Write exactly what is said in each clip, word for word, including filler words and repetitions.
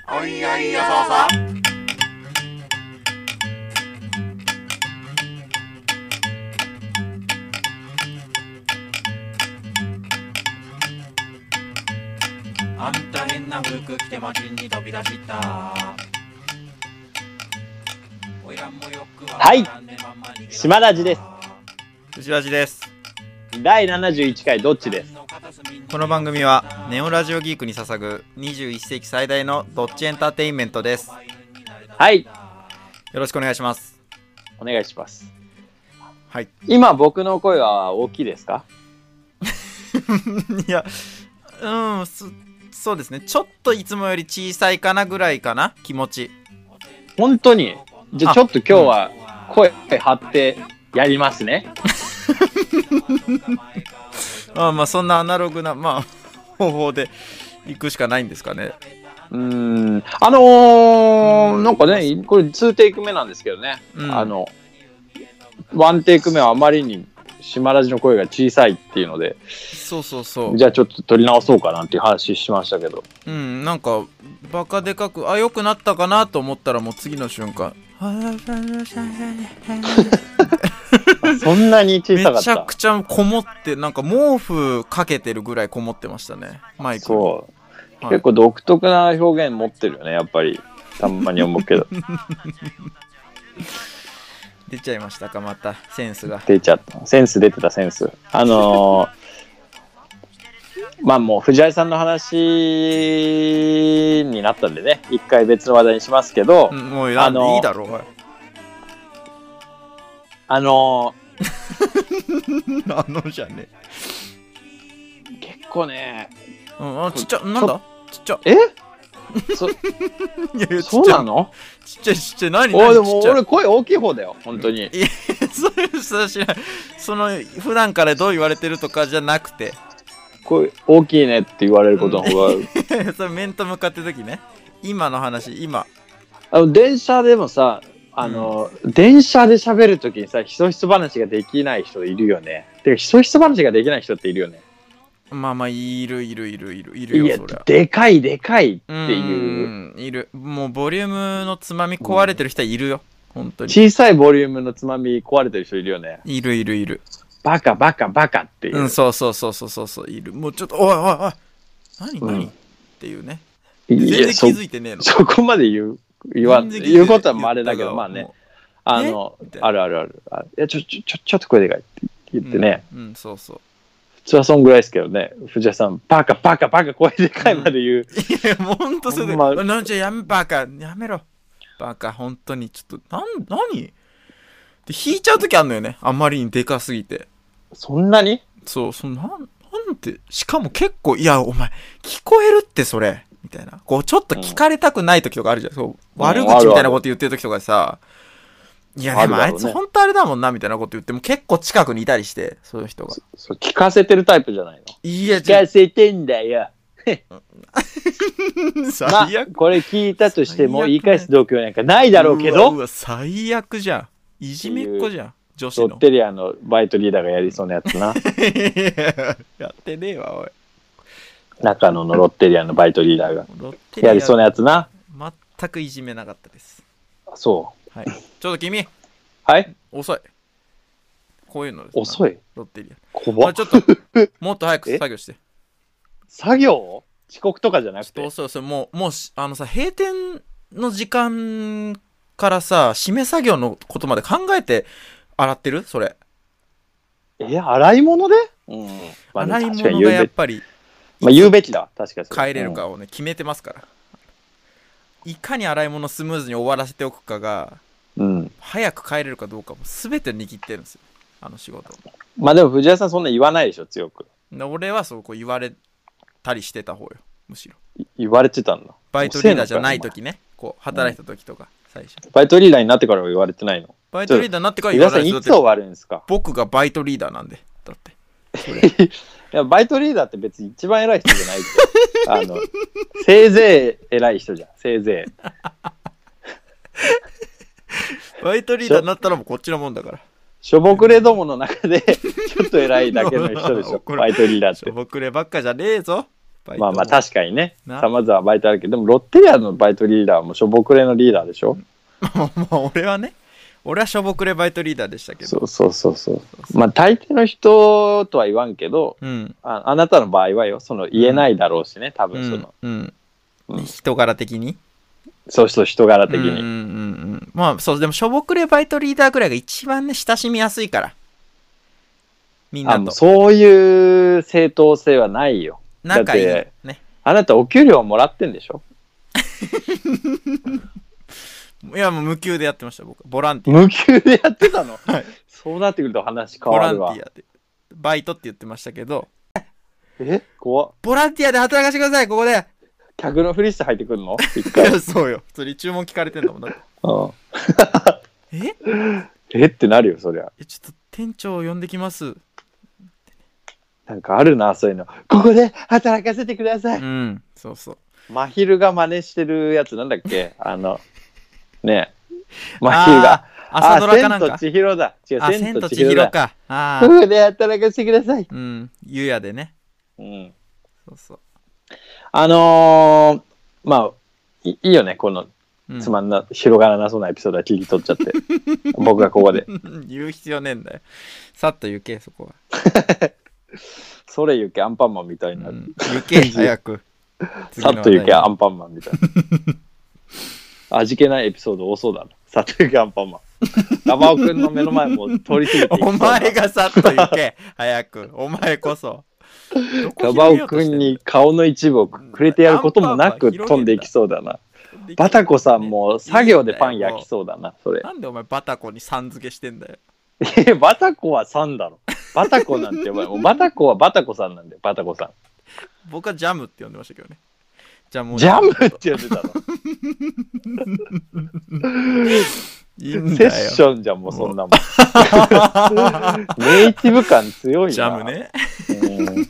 おいやいやそうさあんた変な服着て街に飛び出したはい、島ラジです。 藤ラジです。 だいななじゅういっかいどっちです。 この番組はネオラジオギークに捧ぐにじゅういっ世紀最大のどっちエンターテインメントです。 はい、よろしくお願いします。 お願いします。 はい、 今僕の声は大きいですか？ いや、うんそ、そうですね。ちょっといつもより小さいかなぐらいかな、気持ち。 本当に？じゃあちょっと今日は声張ってやりますね。 あまあそんなアナログな、まあ、方法で行くしかないんですかね。 うーんあのー、なんかね、これにテイク目なんですけどね、うん、あのいちテイク目はあまりに島ラジの声が小さいっていうので、 そうそうそう、 じゃあちょっと撮り直そうかなっていう話しましたけど、 うん、なんかバカでかく、あ、良くなったかなと思ったらもう次の瞬間そんなに小さかった。 めちゃくちゃこもって、なんか毛布かけてるぐらいこもってましたね、マイク。 そう、 はい、 結構独特な表現持ってるよね、やっぱり。たまに思うけど出ちゃいましたか、またセンスが出ちゃった。センス出てた、センス。あのー、まあもう藤井さんの話になったんでね、一回別の話題にしますけど、 うん、もう選んでいいだろう。 あのー、あのじゃね結構ね、 うん、あちっちゃ、なんだちっちゃ、 えそ, いやいやそうなの？ ちっちゃいちっちゃい、何何？おでも俺声大きい方だよ、本当に。 いや、そういう人知らない。その普段からどう言われてるとかじゃなくて、 声大きいねって言われることの方が、うん、 それ面と向かってる時ね。今の話、今あの電車でもさ、あの、うん、電車で喋るときにさ、ひそひそ話ができない人いるよね。てかひそひそ話ができない人っているよね。 まあまあ、いるいるいるいるいるよ。 いや、 そりゃでかいでかいっていう、 うん、いる。もうボリュームのつまみ壊れてる人はいるよ、うん、本当に。 小さいボリュームのつまみ壊れてる人いるよね。 いるいるいる。 バカバカバカっていう。 うん、そうそうそうそうそうそう、いる。もうちょっと、おいおいおい、何何、うん、っていうね。全然気づいてねえの。 そ, そこまで言う言わ言うことはまれだけど、まあね。あの、あるあるある。あいや、ちょ、ちょ、ちょ、ちょっと声でかいって言ってね。 うん、うん、そうそう。 普通はそんぐらいですけどね。藤井さん、バカバカバカ声でかいまで言う。うん、 いや、もうほんとそれで、ま、なんじゃやめ、バカ、やめろ。バカ、ほんとに、ちょっと、なん、なにで、引いちゃうときあんのよね。あんまりにでかすぎて。 そんなに？ そう、その、なん、なんて、しかも結構、いや、お前、聞こえるってそれ。みたいな。こう、ちょっと聞かれたくないときとかあるじゃん。そう、悪口みたいなこと言ってるときとかさ、いやでもあいつ本当あれだもんなみたいなこと言っても結構近くにいたりして、そういう人が。 そ聞かせてるタイプじゃないの？ いや、 聞かせてんだよ。 最悪。 ま、これ聞いたとしても言い返す度胸なんかないだろうけど。 うわうわ、最悪じゃん。いじめっ子じゃん。女子の。 ロッテリアのバイトリーダーがやりそうなやつな。 やってねえわ、おい。 中野のロッテリアのバイトリーダーがやりそうなやつな。 全くいじめなかったです。 そう。 はい、ちょっと君、 はい、 遅い。こういうのです。 遅い。 ロッテリア。 怖っ。 ちょっともっと早く作業して。 作業？遅刻とかじゃなくて。 そうそうそう、もうもうあのさ、閉店の時間からさ、締め作業のことまで考えて洗ってる？それ。 え、洗い物で？ うん。まあ、洗い物がやっぱり。 まあ言うべきだ。確かに。 帰れるかをね、決めてますから。いかに洗い物スムーズに終わらせておくかが、うん、早く帰れるかどうかも全て握ってるんですよ、あの仕事。 まあでも藤井さんそんな言わないでしょ、強く。 俺はそうこう言われたりしてた方よ、むしろ。 言われてたんだ。 バイトリーダーじゃない時ね、こう働いた時とか、最初。 バイトリーダーになってからは言われてないの？ バイトリーダーになってから言われてない。 藤井さんいつ終わるんですか？ 僕がバイトリーダーなんで、だって。 それいやバイトリーダーって別に一番偉い人じゃないってあのせいぜい偉い人じゃん、せいぜいバイトリーダーになったらもうこっちのもんだから。 しょぼくれどもの中でちょっと偉いだけの人でしょバイトリーダーって。 しょぼくればっかじゃねえぞ。 バイトまあまあ確かにね。 なさまざまバイトあるけど、でもロッテリアのバイトリーダーもしょぼくれのリーダーでしょ。 まあ俺はね、俺はしょぼくれバイトリーダーでしたけど。 そうそうそうそう。まあ大抵の人とは言わんけど、 うん。 ああなたの場合はよ、その言えないだろうしね、多分その、 うん。うんうん人柄的にそうそう人柄的に。 うんうんうんうん。まあそう、でもしょぼくれバイトリーダーぐらいが一番ね、親しみやすいから。みんなあ、もうと。 そういう正当性はないよ。 仲いいだってね。 あなたお給料もらってんでしょ。 いやもう無給でやってました僕。ボランティア。 無給でやってたの、 はい、 そうなってくると話変ボラわるわ。 ンティアで。バイトって言ってましたけど。 え怖っ。 ボランティアで働かせてください、ここで。 客のふりして入ってくるの一回。 そうよ。普通に注文聞かれてんだもんだって。 うんええってなるよ、そりゃ。 え、ちょっと店長を呼んできます。 なんかあるな、そういうの。ここで働かせてください。 うん、そうそう。 真昼が真似してるやつなんだっけあの、ねえ。真昼が。 あー朝ドラかなんか。 千と千尋だ。違う、 あ、 千千とと千尋だ。 千尋か。あこあ。 こで働かせてください。 うん、ゆやでね。 うん。 そうそう。 あのー、まあい、いいよね、このうん、 つまんな、広がらなそうなエピソードは切り取っちゃって。僕がここで。 言う必要ねえんだよ。さっと行け、そこは。 それ行け、アンパンマンみたいな。 うん、行け、早く。 さっと行け、アん。 ンパンマンみたいな。味気ないエピソード多そうだな。さっと行け、アンパンマン。ガバオくんの目の前も通り過ぎていきそうおだ前がさっと行け、早く。お前こそ。 ガバオくんに顔の一部をくれてやることもなく飛んでいきそうだな。バタコさんも作業でパン焼きそうだな、それ。 なんでお前バタコにさん付けしてんだよ。 え、バタコはさんだろ。バタコなんて、もうバタコはバタコさんなんだよ、バタコさん。 僕はジャムって呼んでましたけどね。ジャムジャムって呼んでたの。 いいんセッだよ。 ションじゃん、もうそんなもん。ネイティブ感強いな。 ジャムね。 うん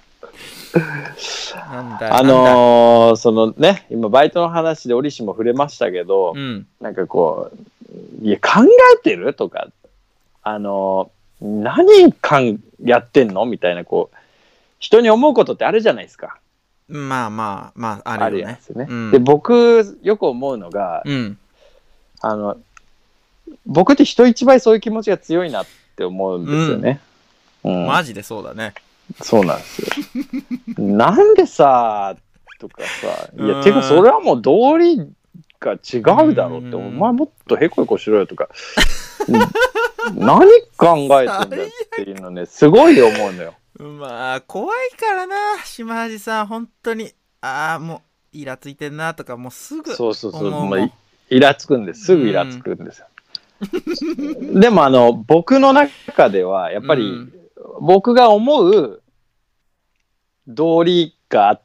なんだよ。 あのー、そのね、今バイトの話で折しも触れましたけど、 うん、 なんかこう、いや、考えてるとか、あのー、何かんやってんのみたいな、こう、人に思うことってあるじゃないですか。 まあまあまあ、あるよね。 やつね。 うん、 で、僕、よく思うのが、 うん、 あの、僕って人一倍そういう気持ちが強いなって思うんですよね。うんうん、 マジでそうだね。 そうなんですよ。なんでさ、とかさ、いや、てかそれはもう道理が違うだろうって、お前もっとへこへこしろよとか、何考えてんだっていうのね、すごい思うのよ。 まあ、怖いからな、島恥さん、本当に。ああ、もう、イラついてんなとか、もうすぐ。 そうそうそう、 思うまあ、イラつくんです。すぐイラつくんですよ。でも、あの、僕の中では、やっぱり、うん僕が思う道理があって、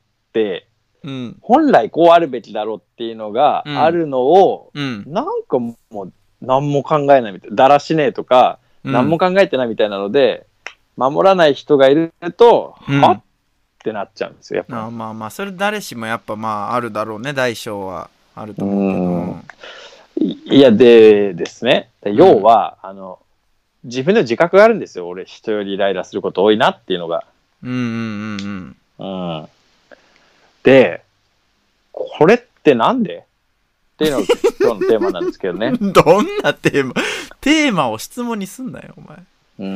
うん、本来こうあるべきだろうっていうのがあるのを、うん、なんかもう何も考えないみたいな、だらしねえとか、うん、何も考えてないみたいなので守らない人がいると、うん、はってなっちゃうんですよやっぱ。 あまあまあそれ誰しもやっぱまああるだろうね、大小はあると思うけど、うん、 いやでですね、要は、うん、あの自分の自覚があるんですよ。俺人よりイライラすること多いなっていうのが。 うんうんうんうん。 うん。で、これってなんでっていうのが今日のテーマなんですけどね。 どんなテーマテーマを質問にすんなよ、お前。 うん。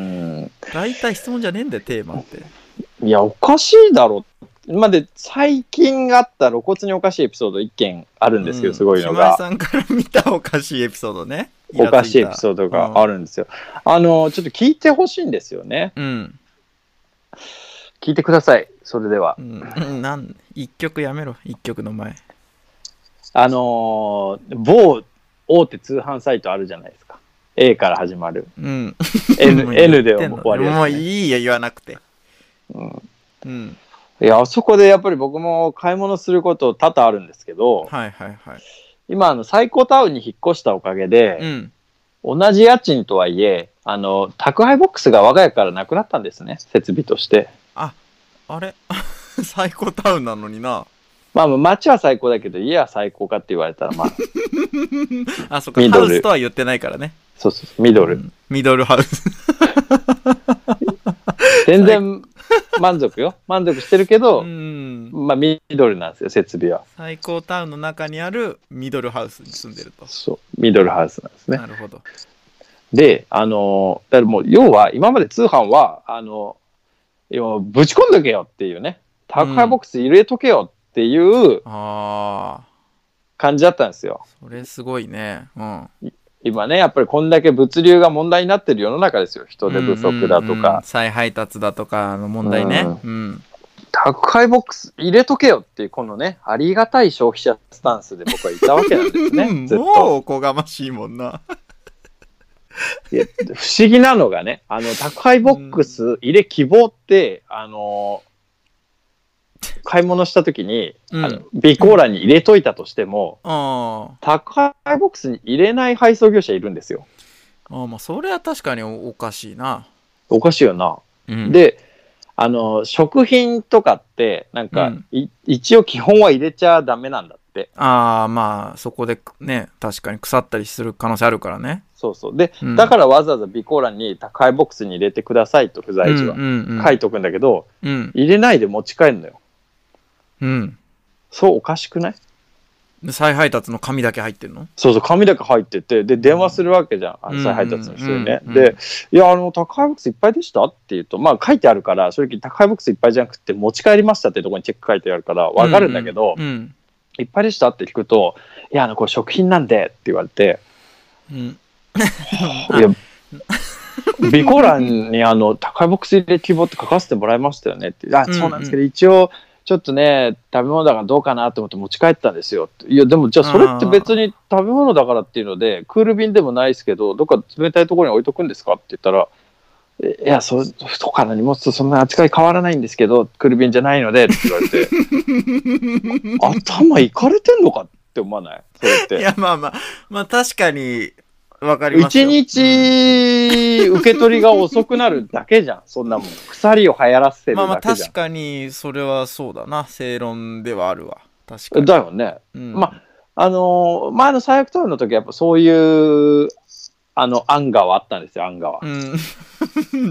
大体質問じゃねえんだよ、テーマって。 いや、おかしいだろ。まで、最近あった露骨におかしいエピソード一件あるんですけど、うん、すごいのが。 島井さんから見たおかしいエピソードね。 おかしいエピソードがあるんですよ。うん、あの、ちょっと聞いてほしいんですよね。 うん。 聞いてください。それでは。 うん、なん一曲やめろ。一曲の前。 あのー、某大手通販サイトあるじゃないですか。A から始まる。 うん。 N, N で終わりやす、ね。 もういいよ、言わなくて。 うん。 うん。 いや、あそこでやっぱり僕も買い物すること多々あるんですけど、 はいはいはい。 今、あの、最高タウンに引っ越したおかげで、うん、同じ家賃とはいえ、あの、宅配ボックスが我が家からなくなったんですね、設備として。 あ、あれ最高タウンなのにな。 まあ、街は最高だけど、家は最高かって言われたら、まあ。 あ、そっか、ハウスとは言ってないからね。 そうそう、ミドル。うん、 ミドルハウス。 全然、 満足よ。満足してるけど、 うん。 まあミドルなんですよ、設備は。 最高タウンの中にあるミドルハウスに住んでると。 そう、ミドルハウスなんですね。 なるほど。 で、あの、だからもう、要は、今まで通販は、あの、要はぶち込んどけよっていうね、宅配ボックス入れとけよっていうああ、 感じだったんですよ。 それすごいね。うん。 今ね、やっぱりこんだけ物流が問題になってる世の中ですよ。人手不足だとうんうんうんか。 再配達だとかの問題ね。 うんうん。 宅配ボックス入れとけよっていう、このね、ありがたい消費者スタンスで僕はいたわけなんですね。ずっもうと。 おこがましいもんな。 いや不思議なのがね、あの、宅配ボックス入れ希望って、あの、買い物した時に、 うんあの備考欄に入れといたとしても、 あ宅配ボックスに入れない配送業者いるんですよ。 あ、まあそれは確かにおかしいな。 おかしいよな。 うん、 で、あの、食品とかって、なんか、 うんい一応基本は入れちゃダメなんだって。 ああ、まあそこでね、確かに腐ったりする可能性あるからね。 そうそう。で、 うんだからわざわざ備考欄に宅配ボックスに入れてくださいと、不在時は。 うんうんうん、 書いとくんだけど、 うん入れないで持ち帰るのよ。 うんそうおかしくない？ で再配達の紙だけ入ってんの？ そうそう、紙だけ入ってて、で、電話するわけじゃん、あの再配達の人にね。 うんうんうんで、いや、あの、宅配ボックスいっぱいでしたって言うと、まあ書いてあるから、正直宅配ボックスいっぱいじゃなくて、持ち帰りましたってところにチェック書いてあるから、わかるんだけど、 うんうんいっぱいでしたって聞くと、いや、あの、これ食品なんでって言われて、 うんうん、 いや、備考欄にあの、宅配ボックス入れ希望って書かせてもらいましたよねって。あ、そうなんですけど、一応、ちょっとね、食べ物だからどうかなと思って持ち帰ったんですよ。いや、でもじゃあそれって別に食べ物だからっていうので、クール便でもないですけど、どっか冷たいところに置いとくんですかって言ったら、いや、そ、とかの荷物とそんな扱い変わらないんですけど、クール便じゃないのでって言われて、頭いかれてんのかって思わない？それって。 いや、まあまあ、まあ確かに、わかりますよ。 一日受け取りが遅くなるだけじゃん。そんなもん。鎖を流行らせてるまあまあだけじゃん。 確かに、それはそうだな。正論ではあるわ。確かに。 だよね。 うん、 まあ、あのー前の最悪トイレの時はやっぱそういう、あの、アンガーはあったんですよ、アンガーは。 うん。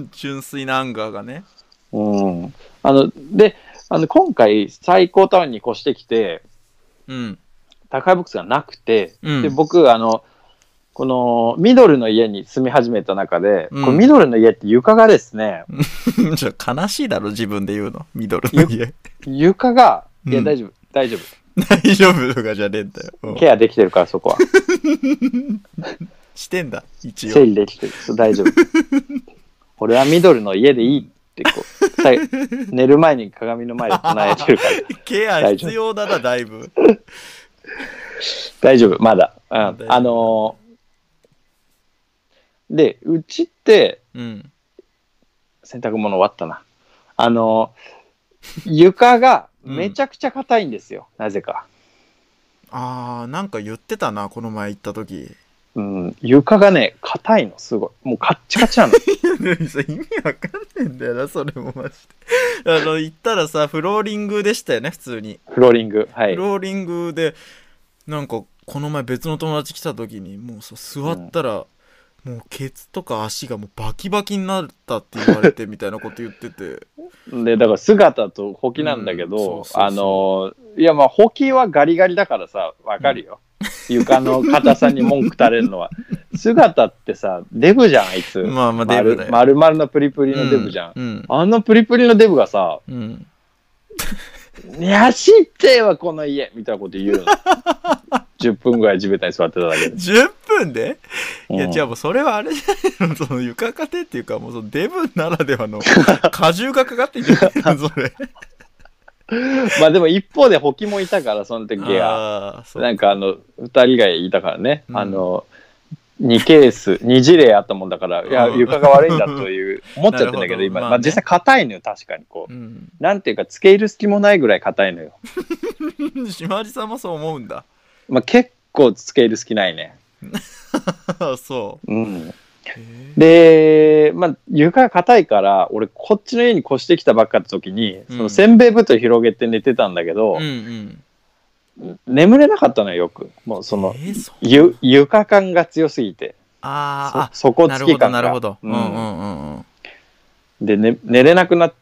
純粋なアンガーがね。 うん。あの、で、あの、今回、最高タウンに越してきて、 うん。 宅配ボックスがなくて、 うんで、僕、あの、このミドルの家に住み始めた中で、 うんこれミドルの家って床がですね、 ちょっと悲しいだろ、自分で言うの。ミドルの家。 床が、いや、 うん大丈夫、大丈夫。 大丈夫とかじゃねえんだよ。うんケアできてるから、そこは。 してんだ、一整応。 理できてる。そう大丈夫。俺はミドルの家でいいってこう、さい寝る前に鏡の前で唱えてるから。 ケア必要だな、だいぶ。 大丈夫、まだ。うん、 大丈夫あのーで、うちって、 うん。 洗濯物終わったな。あのー床がめちゃくちゃ硬いんですよ、なぜか。 あー、なんか言ってたな、この前行った時。 うん、床がね、硬いの、すごい。もうカッチカチなの。 意味わかんねえんだよな、それもマジで。あの、行ったらさ、フローリングでしたよね、普通に。 フローリング。はい。 フローリングで、なんか、この前別の友達来た時に、もうさ、座ったら、もうケツとか足がもうバキバキになったって言われてみたいなこと言ってて。 で、だから姿とほきなんだけうんそうど、 そうそうあのーいや、まあ、ほきはガリガリだからさ、わかるよ。床の硬さに文句垂れるのは。姿ってさ、デブじゃん、あいつ。 まあまあデブだよ丸々のプリプリのデブじゃん。 うん。 あのプリプリのデブがさ、 うん。 にゃしってはこの家みたいなこと言うの。じゅっぷんぐらい地べたに座ってただけで。 じゅっぷんでいや、 うん違う、もうそれはあれじゃないの、その床かてっていうか、もうそのデブならではの荷重がかかってんじゃないの、それ。 まあでも一方でホキもいたから、その時は。 あーそうなんかあの、二人がいたからね。 うんあの、にケース、に事例あったもんだから、いや、 うん床が悪いんだという、思っちゃってんだけど、 なるほど今、 まあねまあ実際硬いのよ、確かにこう。 うん。 なんていうか、付け入る隙もないぐらい硬いのよ。 島地さんもそう思うんだ。 まあ結構付け入る隙ないね。 そうん。 う。 で、まあ床が硬いから、俺こっちの家に越してきたばっかの時に、 うんそのせんべい布団広げて寝てたんだけどうんう、ん。 眠れなかったのよ、よく。もうその、 えーそうゆ床感が強すぎて。 あーあ、 そ底なるほど、 つき感が。 なるほど。ううんんうんうんうん。 で、ね、寝れなくなっちゃっ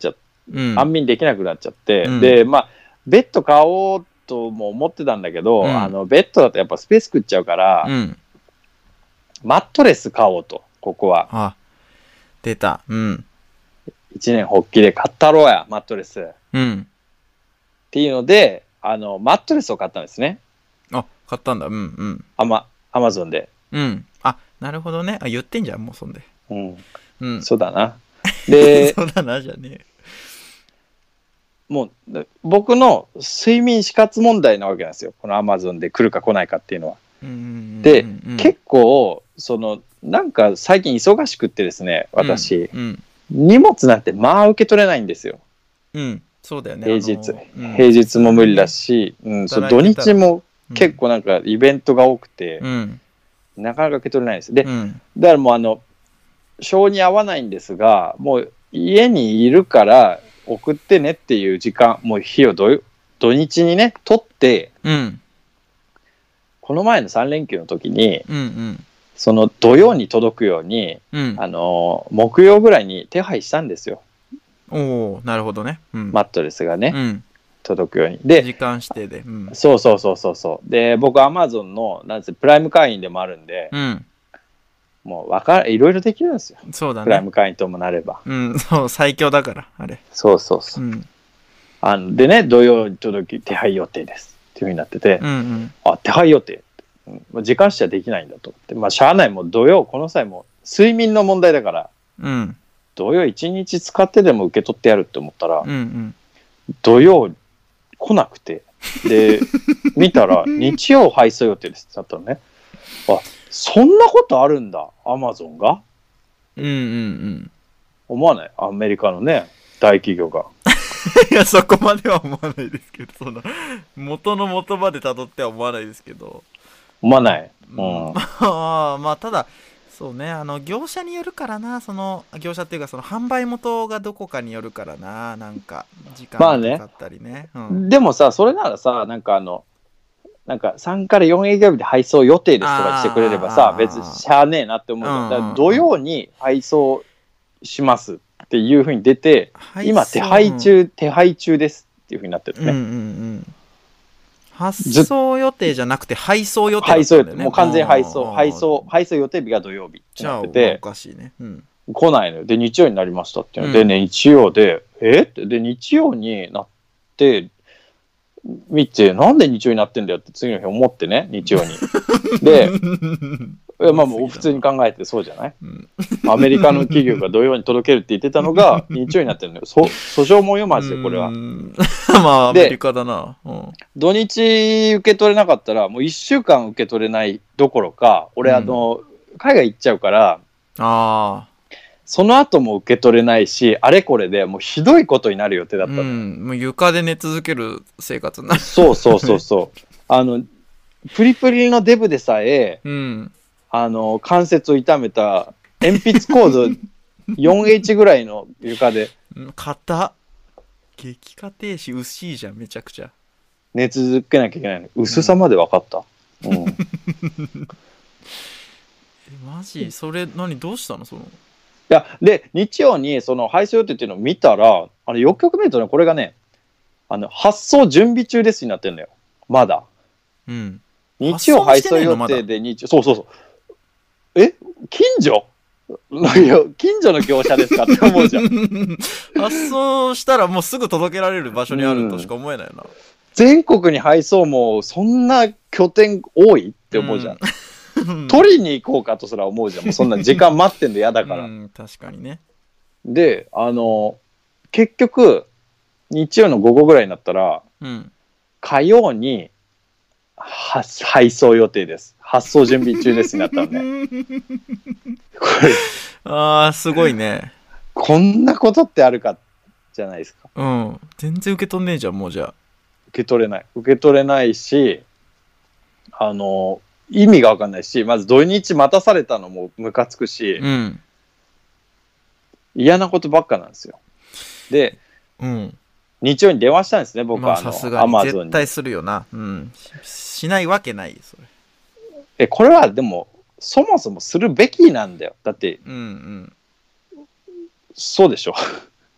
うん。 安眠できなくなっちゃって、 うんで、まあ、ベッド買おうとも思ってたんだけど、 うんあの、ベッドだとやっぱスペース食っちゃうから、 うん。 マットレス買おうと、ここは。 あ、出た。うん。 一年発起で買ったろうや、マットレス。っうん。 ていうので、あの、マットレスを買ったんですね。 あ、買ったんだ。うんうん。 アマ、アマゾンで。 うん。あ、なるほどね。あ、言ってんじゃん、もうそんで。 うん。 うん。 そうだな。で、 そうだな、じゃねえ。 もう、僕の睡眠死活問題なわけなんですよ。このアマゾンで来るか来ないかっていうのは。 うんうんうんうんで、 うん結構、その、なんか最近忙しくってですね、私、 うん。 荷物なんてまあ受け取れないんですよ。 うん。うんそうだよね。 平日。 あのうん平日も無理だし、うん、そう土働いてたら日も結構なんかイベントが多くて、 うん。 なかなか受け取れないです。で、 うん。 だからもうあの、性に合わないんですが、もう家にいるから送ってねっていう時間、もう日を土土日にね、取って、 うん。 この前のさん連休の時に、 うん。うん。 その土曜に届くように、 うん。 あの、木曜ぐらいに手配したんですよ。 おおなるほどね。うん。 マットレスがね、 うん。 届くように。で、 時間指定で。うん。 そうそうそうそうそう。で、僕、アマゾンの、なんつうプライム会員でもあるんで、 うん。 もう、わかる、いろいろできるんですよ。 そうだプライね。 ム会員ともなれば。 うん。そう、最強だから、あれ。 そうそうそうう。 ん。 あのでね、土曜に届き、手配予定です。っていうふうになってて、 うんうん。 あ、手配予定。うんまあ時間指定はできないんだと思って。まあ、しゃあない、もう土曜、この際も、睡眠の問題だから、 うん。 土曜一日使ってでも受け取ってやるって思ったら、 うんうん。 土曜来なくて、で、見たら、日曜配送予定ですってなったのね。あ、そんなことあるんだ、アマゾンが。 うんうんうん。 思わないアメリカのね、大企業が。 いや、そこまでは思わないですけど、その、元の元まで辿っては思わないですけど。 思わない。ううんん。 まあ、まあ、ただ、そうね、あの、業者によるからな、その、業者っていうか、その、販売元がどこかによるからな、なんか、時間まあねかかったりね。うん。 でもさ、それならさ、なんかあの、なんかさんからよん営業日で配送予定ですとかしてくれればさあ、ー別にしゃあねえなって思うじゃん。だうんうんうんから土曜に配送しますっていうふうに出て、今手配中、手配中ですっていうふうになってるね。 うんうんうん。発送予定じゃなくて配送予定だ配送予定、 ったんだよね。 もう完全に配送、 あー配送、配送予定日が土曜日ってじゃあ、 なってて、 おかしいね。うん。 来ないのよ。で、日曜になりましたっていうので、 うんね、日曜で、えって、で、日曜になって、見て、なんで日曜になってんだよって次の日思ってね、日曜に。で、えまあもう普通に考えてそうじゃないうんアメリカの企業が土曜に届けるって言ってたのが日曜になってるのよ。そ訴訟もよ、マジでこれはう。んまあ、アでメリカだな。うん。 土日受け取れなかったら、もういっしゅうかん受け取れないどころか、俺、 うんあの、海外行っちゃうから、 あその後も受け取れないし、あれこれでもうひどいことになる予定だあ。 ったの。 うん。もう床で寝続ける生活になる。 そうそうそうそう。あの、プリプリのデブでさえ、 うん。 あの、関節を痛めた鉛筆コード よんエイチ ぐらいの床でうん硬っ。激化停止薄いじゃん、めちゃくちゃ。 寝続けなきゃいけないの。薄さまで分かった。うん。いえ、マジそれ、何、どうしたのその。 や、で、日曜にその配送予定っていうのを見たら、あの、よくよく見るとね、これがね、あの、発送準備中ですになってるのよ。まだ。 うん。 日曜配送予定で日曜、そうそうそう。え近所いや近所の業者ですかって思うじゃん。 発送したらもうすぐ届けられる場所にあるとしか思えないな。 全国に配送もそんな拠点多いって思うじゃん。 うん取りに行こうかとすら思うじゃん。もうそんな時間待ってんの嫌だから。 うん、確かにね。 で、あの、結局、日曜の午後ぐらいになったら、 うん。 火曜には配送予定です。発送準備中ですになったのね。これ、 ああ、すごいね。 こんなことってあるかじゃないですか。 うん。全然受け取んねえじゃん、もうじゃあ。 受け取れない。受け取れないし、あの、意味がわかんないし、まず土日待たされたのもムカつくし、 うん。 嫌なことばっかなんですよ。で、 うん。 日曜に電話したんですね、僕まあ、 はあのさすがにアマゾンに。 絶対するよな。うん。ししないわけない、それ。 え、これはでも、そもそもするべきなんだよ。だって、 うんうん。 そうでしょ。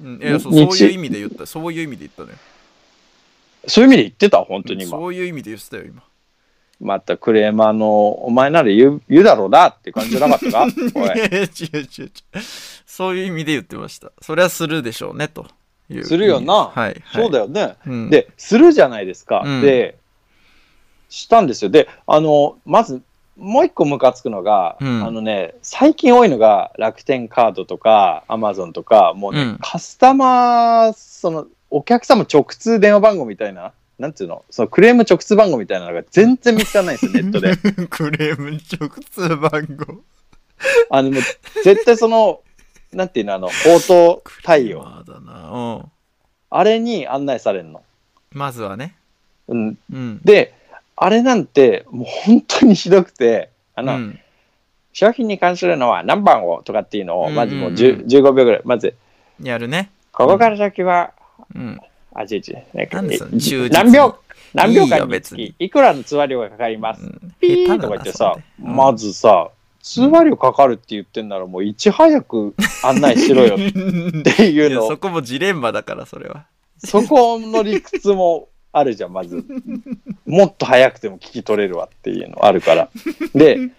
うん、いやそう日そういう意味で言った。そういう意味で言ったのよ。 そういう意味で言ってた本当に今。 そういう意味で言ってたよ、今。 またクレーマーのお前なら言う言うだろうなって感じじゃなかったかおい。 いやいや違う違う違う。そういう意味で言ってました。それはするでしょうね、という。 するよな。 はい、はい。 そうだよね。 うん、 で、するじゃないですか。 うん、 で、したんですよ。で、あの、まず、もう一個ムカつくのが、うん、あのね、最近多いのが楽天カードとか、アマゾンとか、もうね、うん、カスタマー、その、お客様直通電話番号みたいな、なんていうの、そのクレーム直通番号みたいなのが全然見つからないんですよ、ネットで。 クレーム直通番号。 あの、もう絶対その、なんていうの、あの、応答対応。 だな、うん、 あれに案内されるの。 まずはね。 うん。うん、で、あれなんて、もう本当にひどくて、あの、うん、商品に関するのは何番をとかっていうのを、まずもうじゅう、じゅうごびょうぐらい、まず、 やるね。 ここから先は、うん、あ、違う違う。何秒、何秒間につき、いくらの通話料がかかります。うん、ピーとか言ってさ、うん、まずさ、通話料かかるって言ってんならもういち早く案内しろよっていうの。 いやそこもジレンマだから、それは。 そこの理屈もあるじゃん、まず。もっと早くても聞き取れるわっていうのあるから。で、うん、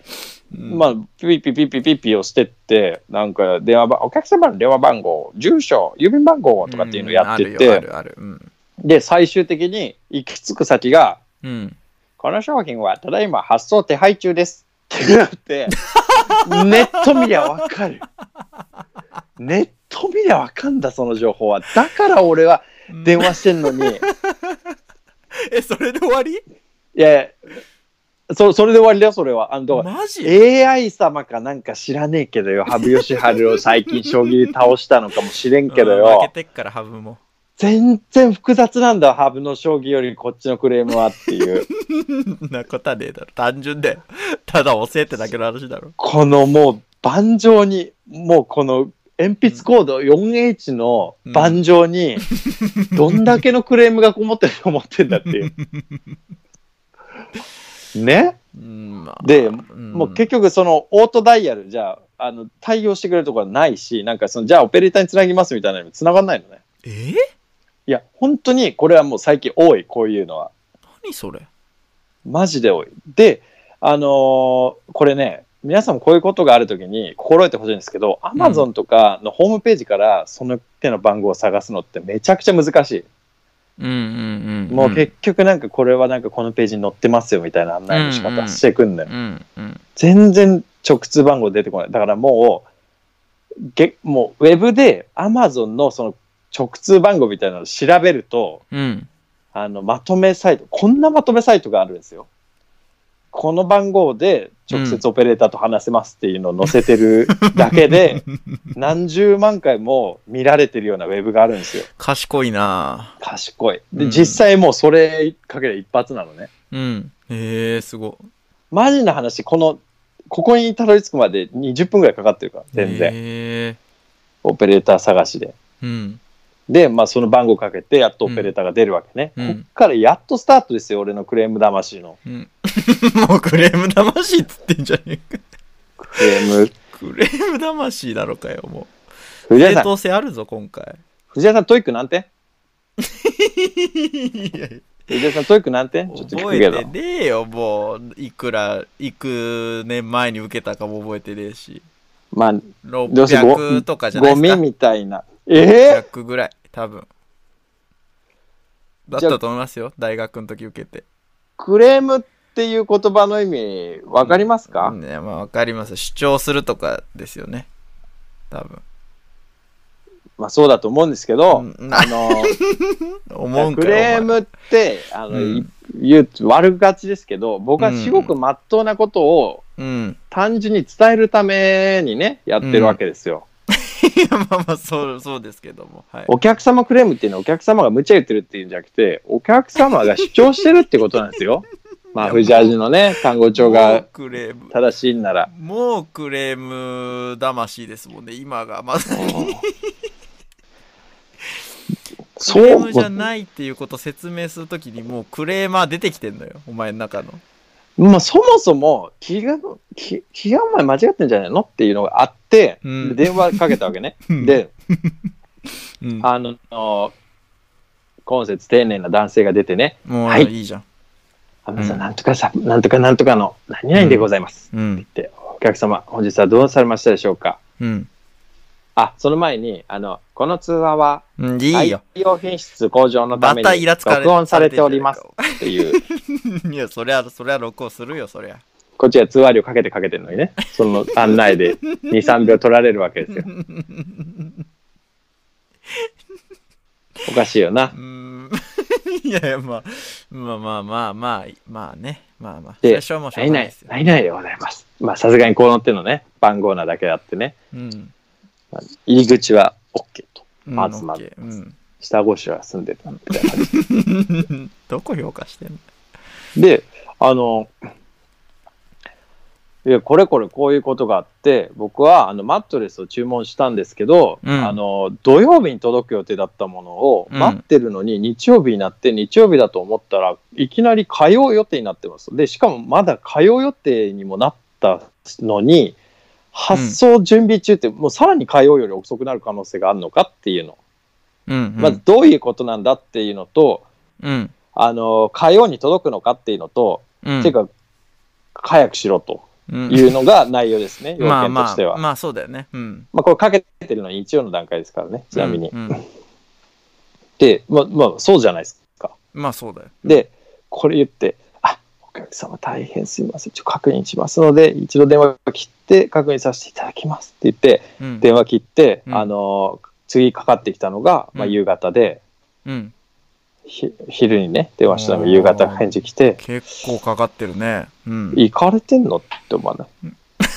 まあ、ピピピピピピピをしてって、なんか電話番、お客様の電話番号、住所、郵便番号とかっていうのをやってて、うん、あるあるある、うん、で、最終的に行き着く先が、うん、この商品はただいま発送手配中です。ってなって、ネット見りゃわかる。ネット見りゃわかんだ、その情報は。だから俺は電話してんのに。 え、それで終わり？ いやいや、そ, それで終わりだよ、それは。あのマジエーアイ 様かなんか知らねえけどよ、羽生善治を最近将棋で倒したのかもしれんけどよ。 負けてっから、羽生も。 全然複雑なんだ、羽生の将棋よりこっちのクレームはっていう。 なことはねえだろ。単純だよ。ただ押せってだけの話だろ。 このもう盤上に、もうこの鉛筆コード フォーエイチ の盤上に、どんだけのクレームがこもってると思ってんだっていう。ね、うんまあ、で、うん、もう結局そのオートダイヤルじゃあ、あの対応してくれるところはないし、なんかそのじゃあオペレーターにつなぎますみたいなのにつながんないのね。 えー、 いや本当にこれはもう最近多い、こういうのは。 何それマジで多い。で、あのー、これね、皆さんもこういうことがあるときに心得てほしいんですけど、アマゾンとかのホームページからその手の番号を探すのってめちゃくちゃ難しい。 うんうんうんうん、 もう結局なんかこれはなんかこのページに載ってますよみたいな案内の仕方してくんだよ、 うんうん、 全然直通番号出てこない。だからもうげもうウェブで Amazon のその直通番号みたいなのを調べると、 うん、 あのまとめサイト、こんなまとめサイトがあるんですよ。この番号で直接オペレーターと話せますっていうのを載せてるだけで、うん、何十万回も見られてるようなウェブがあるんですよ。 賢いな。 賢い。で、うん、実際もうそれかける一発なのね。 うん。へえー、すごい。 マジな話、このここにたどり着くまでにじゅっぷんぐらいかかってるから全然。 へー。 オペレーター探しで。 うん。 で、まあその番号かけてやっとオペレーターが出るわけね。うん、こっからやっとスタートですよ、俺のクレーム魂の。 うん、もうクレーム魂っつってんじゃねえか。クレーム。クレーム魂だろかよ、もう。正当性あるぞ、今回。 藤谷さん、トイック何点？いやいや藤谷さん、トイック何点？ちょっと聞くけど。 覚えてねえよ、もう。いくら、幾年前に受けたかも覚えてねえし。 まあ、 ろっぴゃくとかじゃないですか。 ゴミみたいな。えぇ、ー、ろっぴゃくぐらい、多分。だったと思いますよ、大学の時受けて。 クレームっていう言葉の意味、わかりますか？ うん、ね、まあわかります。主張するとかですよね。多分。 まあそうだと思うんですけど、うん、あの、 思うんかクレームって、あの、うん、言う、悪がちですけど、僕はすごく真っ当なことを、うん、単純に伝えるためにね、やってるわけですよ。 いやまあまあそうそうですけども、はい、 お客様クレームっていうのはお客様が無茶言ってるっていうんじゃなくて、お客様が主張してるってことなんですよ。まあ藤味のね単語帳が正しいんならもうクレーム魂ですもんね今がまさに。クレームじゃないっていうことを説明するときにもうクレーマー出てきてんのよ、お前の中の。 まあ、そもそも気が気気がお前間違ってんじゃないのっていうのがあって、うん、で電話かけたわけね。でうん、 あの、今節丁寧な男性が出てね、 もう、 はいいいじゃん。 あのさ、 うんなんとかさ、なんとかなんとかの何々でございます。 うん。 って言って、お客様、本日はどうされましたでしょうか。 うん。 あ、その前に、あの、この通話は、 うん、いいよ。 採用品質向上のためまたイにラつかれ録音されておりますっていう、 いや、そりゃ、そりゃ録音するよ、そりゃ。 こっちは通話料かけてかけてるのにね、その案内でに、さんびょう取られるわけですよ。おかしいよな。 うーん。いやいや、まあ、まあまあまあまあ、まあね。まあまあ。 で、 最初はもうしょう何々 がないですよ。 何々でございます。まあ、さすがにこの手のね、番号なだけあってね、 うん。 まあ入り口は OK と。 うんまずまずオッケーうん下ごしらえ住んでたみたいな感じ。 どこ評価してんの？ で、あの、いや、これこれこういうことがあって、僕はあのマットレスを注文したんですけど、 うんあの、土曜日に届く予定だったものをうん待ってるのに日曜日になって、日曜日だと思ったらいきなり火曜予定になってます。で、しかもまだ火曜予定にもなったのに、発送準備中ってもうさらに火曜より遅くなる可能性があるのかっていうの。 うんうん。 まずどういうことなんだっていうのと、 うん。 あの、火曜に届くのかっていうのと、 うん。 ていうか、早くしろとうんいうのが内容ですね、要まあ件としては。 まあ、まあそうだよね。うん。 まあ、これかけてるのは日曜の段階ですからね、ちなみに。 うんうんで、まあ、まあ、そうじゃないですか。 まあそうだよ。 で、これ言って、あ、お客様大変すみません、ちょっと確認しますので、一度電話切って確認させていただきますって言って、 うん。 電話切って、 うんあの、次かかってきたのが、まあ、 うん夕方で、 うん。 ひ昼にね、電話したのが夕方返事来て、 結構かかってるね。うん。 行かれてんのって思わない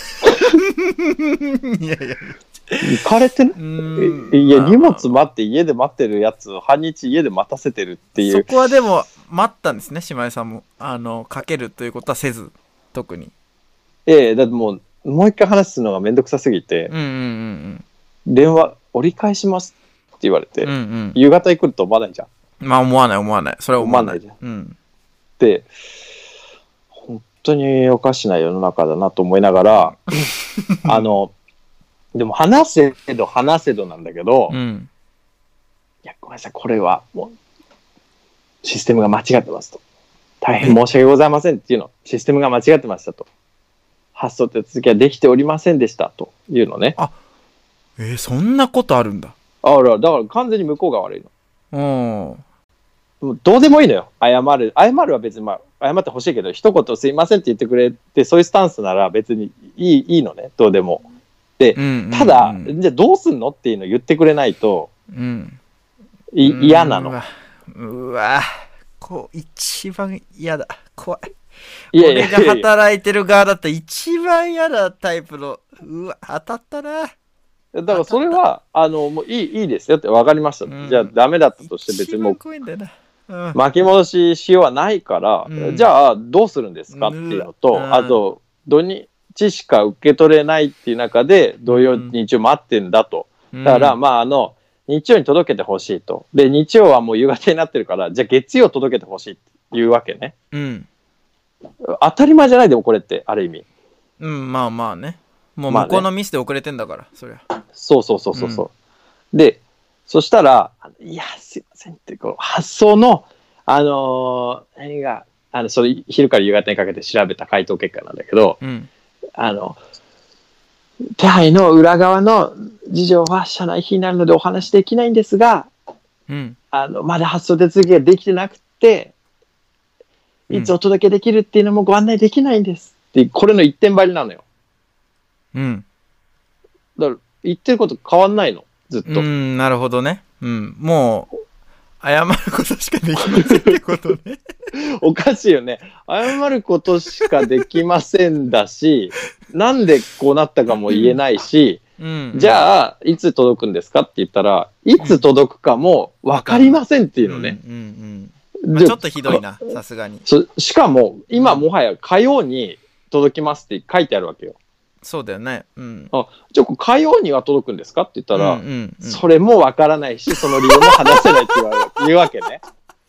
いやいや。 行かれてんうーんいや、 まあ荷物待って家で待ってるやつを半日家で待たせてるってい。 そうこはでも待ったんですね、姉妹さんも。あの、かけるということはせず、特に。 ええ、だってもう、もう一回話すのがめんどくさすぎて、 うんうん電話折り返しますって言われて、 うんうん。うんうん。 夕方に来ると思わないじゃん。 まあ思わない思わない。それは思わない。 思わないうん。 で、本当におかしな世の中だなと思いながら、あの、でも話せど話せどなんだけど、いうん。 や、ごめんなさい、これはもう、システムが間違ってますと。大変申し訳ございませんっていうの。システムが間違ってましたと。発送手続きはできておりませんでしたというのね。 えー、そんなことあるんだ。 あら、だから完全に向こうが悪いの。 うん。 もうどうでもいいのよ。謝る。謝るは別に、まあ、謝ってほしいけど、一言すいませんって言ってくれて、そういうスタンスなら別にいいいいのね。どうでも。で、 うんうんうんただ、じゃあどうすんのっていうのを言ってくれないと、 うん。 い嫌なの。 うわ。うわこう、一番嫌だ。怖い。 いやいやい俺がやいや。 働いてる側だったら一番嫌なタイプの。うわ、当たったな。 だからそれは、あの、もういいいいですよって分かりました。 うんじゃあダメだったとして別にもう一番怖いんだよな。うん。 巻き戻ししようはないから、 うんじゃあどうするんですかっていうのと、 うんあと、土日しか受け取れないっていう中で、土曜、 うん日曜待ってんだと。 うんだから、まあ、あの、日曜に届けてほしいと。で、日曜はもう夕方になってるから、じゃあ月曜届けてほしいっていうわけね。 うん。 当たり前じゃないでもこれって、ある意味。 うん、まあまあね。もうまあね向こうのミスで遅れてんだから、そりゃ。 そうそうそうそうそう。で、そしたら、あのいや、すいませんって、こう発送の、あのー何が、あの、それ、昼から夕方にかけて調べた回答結果なんだけど、 うん。 あの、手配の裏側の事情は社内費になるのでお話しできないんですが、 うん。 あの、まだ発送手続きができてなくて、いつお届けできるっていうのもご案内できないんですって、これの一点張りなのよ。 うん。 だから、言ってること変わんないの、ずっと。 うん、なるほどね。うん。もう、謝ることしかできませんってことね。 おかしいよね。謝ることしかできませんだし、なんでこうなったかも言えないし、 うん。 じゃあ、いつ届くんですかって言ったら、いつ届くかも分かりませんっていうのね。 うんうんうん。まあでちょっとひどいな、さすがに。 そしかも、今もはや火曜に届きますって書いてあるわけよ。 そうだよね。うん。 あ、じゃあ火曜には届くんですかって言ったら、 うんうんうん、 それも分からないし、その理由も話せないって言われる言うわけね。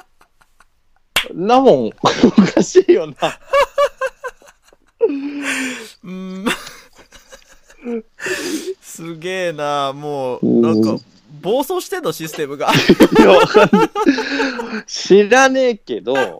なもん、おかしいよな。 うん。すげえな、もう、なんか、 暴走してんのシステムが。 いや、わかんない。知らねえけど、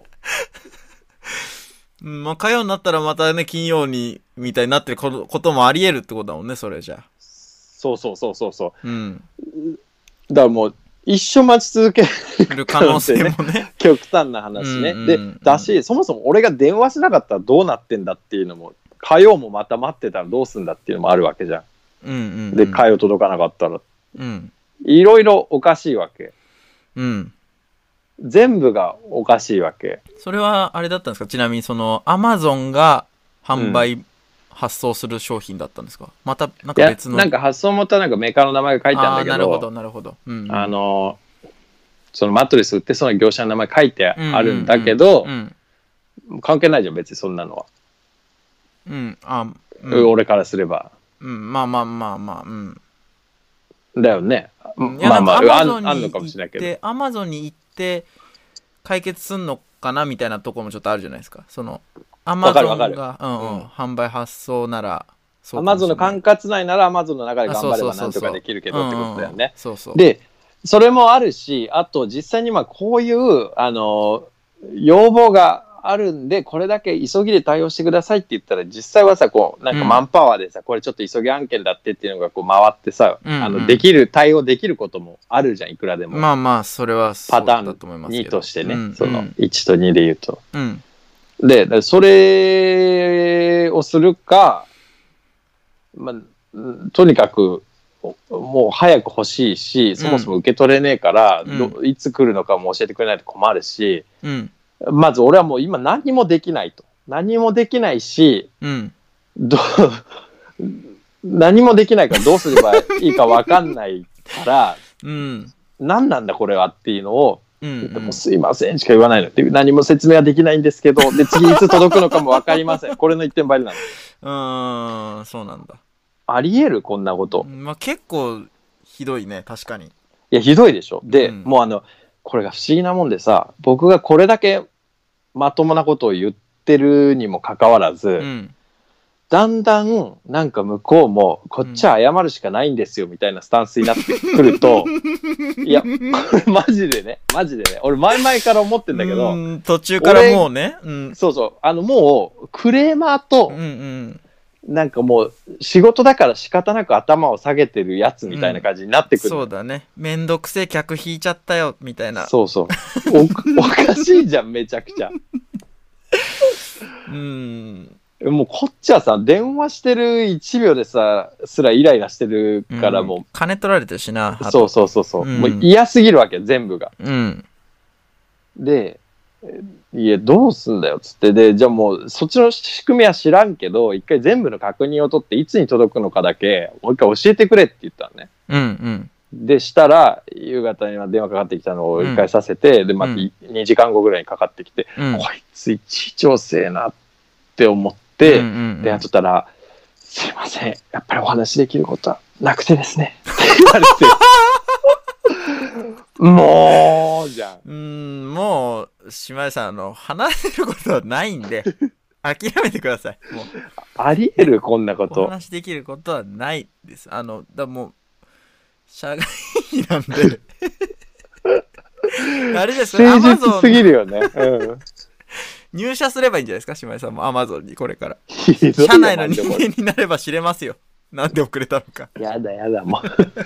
うん、まあ、火曜になったらまたね、金曜に、みたいになってることこともあり得るってことだもんね、それじゃあ。 そうそうそうそうそう。 うん。 だからもう、一生待ち続ける可能性もね。 極端な話ね。 うんうんうんで、だし、そもそも俺が電話しなかったらどうなってんだっていうのも、火曜もまた待ってたらどうすんだっていうのもあるわけじゃん。 うんうん、うん。 で、火曜届かなかったら。 うん。 いろいろおかしいわけ。 うん。 全部がおかしいわけ。 それはあれだったんですか？ちなみにそのアマゾンが販売、うん、発送する商品だったんですか？またなんか別の。 いや、なんか発送元はなんかメーカーの名前が書いてあるんだけど。 あ、なるほどなるほど。うんうん、 あのそのマットレス売ってそうな業者の名前書いてあるんだけど、うんうんうん、関係ないじゃん別にそんなのは。 うん、あ、うん、 俺からすれば。 うん、まあまあまあまあ、うん。 だよね。 いや、 まあまあ、 アマゾンにあんのかもしれないけど。 アマゾンに行って解決すんのかなみたいなところもちょっとあるじゃないですか。そのアマゾンが、うんうん、販売発送ならアマゾンの管轄内ならアマゾンの中で頑張ればなんとかできるけどってことだよね。で、それもあるし、あと実際にまあこういうあの要望があるんでこれだけ急ぎで対応してくださいって言ったら実際はさこうなんかマンパワーでさ、うん、これちょっと急ぎ案件だってっていうのがこう回ってさ、うんうん、あのできる対応できることもあるじゃんいくらでも。 まあまあそれはパターンにとしてね、うんうん、そのいちとにで言うと。うん、でそれをするか、まあ、とにかくもう早く欲しいしそもそも受け取れねえから、うん、いつ来るのかも教えてくれないと困るし。うん、まず俺はもう今何もできないと。何もできないし、うん、ど何もできないからどうすればいいか分かんないから、うん、何なんだこれはっていうのを、うんうん、もうすいませんしか言わないの。何も説明はできないんですけど、で次いつ届くのかも分かりません。これの一点張りなの。 うーん、そうなんだ。 ありえるこんなこと。 まあ結構ひどいね、確かに。いや、ひどいでしょ。で、うん、もうあの、これが不思議なもんでさ、僕がこれだけまともなことを言ってるにもかかわらず、うん、だんだんなんか向こうもこっちは謝るしかないんですよみたいなスタンスになってくると、うん、いやこれマジでねマジでね俺前々から思ってんだけど、 うん途中からもうね、うん、 そうそうあのもうクレーマーと、うんうんなんかもう仕事だから仕方なく頭を下げてるやつみたいな感じになってくる、 うん、そうだねめんどくせえ客引いちゃったよみたいなそうそうお, おかしいじゃんめちゃくちゃうんもうこっちはさ電話してるいちびょうでさすらイライラしてるからもう、うん、 金取られてるしなそうそうそうそう、うん、もう嫌すぎるわけ全部が、うん、でいやどうすんだよっつってでじゃあもうそっちの仕組みは知らんけど一回全部の確認を取っていつに届くのかだけもう一回教えてくれって言ったのね、うんうんでしたら夕方には電話かかってきたのを一回させて、うん、でまたにじかんごぐらいにかかってきて、うん、こいついちいち遅えなって思って、うんうんうん、で後からすいませんやっぱりお話できることはなくてですねって言われてもうじゃんうんもう島井さんあの話せることはないんで諦めてくださいもうありえるこんなことお話できることはないですあのだもう社外なんであれですね誠実すぎるよね、うん、 入社すればいいんじゃないですか島井さんもアマゾンにこれから社内の人間になれば知れますよなんで遅れたのかやだやだもう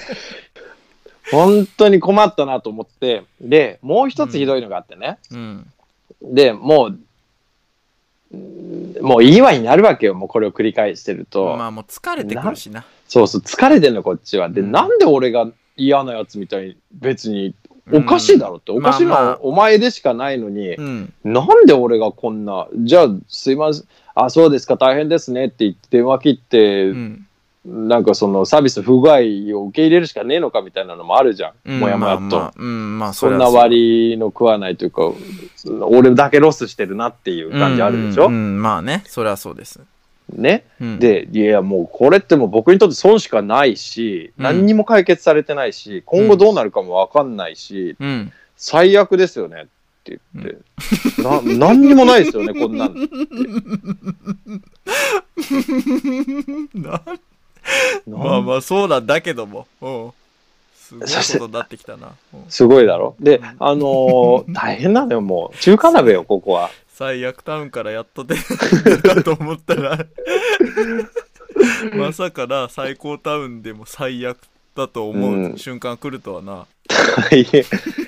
本当に困ったなと思ってでもう一つひどいのがあってね、うんうん、でもうもういいわになるわけよもうこれを繰り返してるとまあもう疲れてくるしなそうそう疲れてんのこっちはで、うん、なんで俺が嫌なやつみたいに別におかしいだろって、うん、おかしいのはお前でしかないのに、まあまあ、なんで俺がこんなじゃあすいませんあそうですか大変ですねって言って電話切って、うんなんかそのサービス不具合を受け入れるしかねえのかみたいなのもあるじゃん、うん、もやもやっと、まあまあうんまあ、そんな割の食わないというか俺だけロスしてるなっていう感じあるでしょ、うんうんうん、まあねそれはそうですね、うん、でいやもうこれってもう僕にとって損しかないし、うん、何にも解決されてないし今後どうなるかも分かんないし、うん、最悪ですよねって言って、うん、な何にもないですよねこんなんってなまあまあそうなんだけども、うん、 すごいことになってきたな。うんすごいだろ。で、 うんあのー大変なのよ、もう。中華鍋よ、ここは。 最悪タウンからやっと出たかと思ったらまさかな、最高タウンでも最悪だと思ううん瞬間来るとはな。 大変。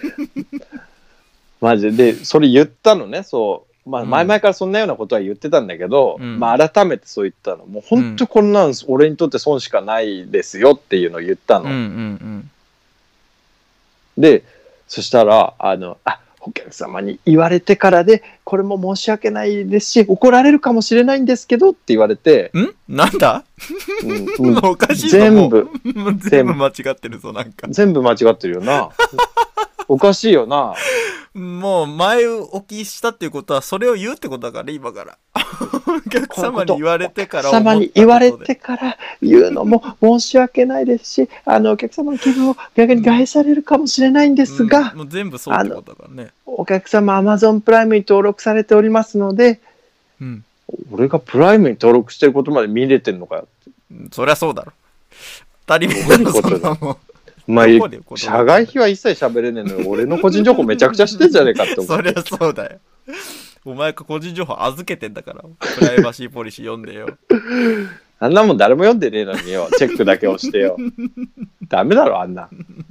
マジで。で、それ言ったのね、そう。まあ、 うん前々からそんなようなことは言ってたんだけど、 うんまあ、改めてそう言ったの。もう本当こんなん俺にとって損しかないですよっていうのを言ったの。 うんうんで、そしたら、あの、あ、お客様に言われてからで、これも申し訳ないですし、怒られるかもしれないんですけどって言われて、 うん。んなんだうんうんおかしいぞ全部、 もう全部間違ってるぞ、なんか。 全部間違ってるよな。おかしいよな。 もう前置きしたっていうことは、それを言うってことだから、今から。お客様に言われてからお客様に言われてから言うのも申し訳ないですし、あのお客様の気分を逆に害されるかもしれないんですが、 うん、もう全部そうってことだからね。 お客様 Amazon プライムに登録されておりますので、 うん。 俺がプライムに登録してることまで見れてんのかよ。 そりゃそうだろ。当たり前だろ、そんなもん。 まあ、 どこでこと社外費は一切喋れねえのよ。俺の個人情報めちゃくちゃ知ってんじゃねえかって思う。 そりゃそうだよ。お前が個人情報預けてんだから、プライバシーポリシー読んでよ。 あんなもん誰も読んでねえのによ。チェックだけ押してよ。ダメだろ、あんな。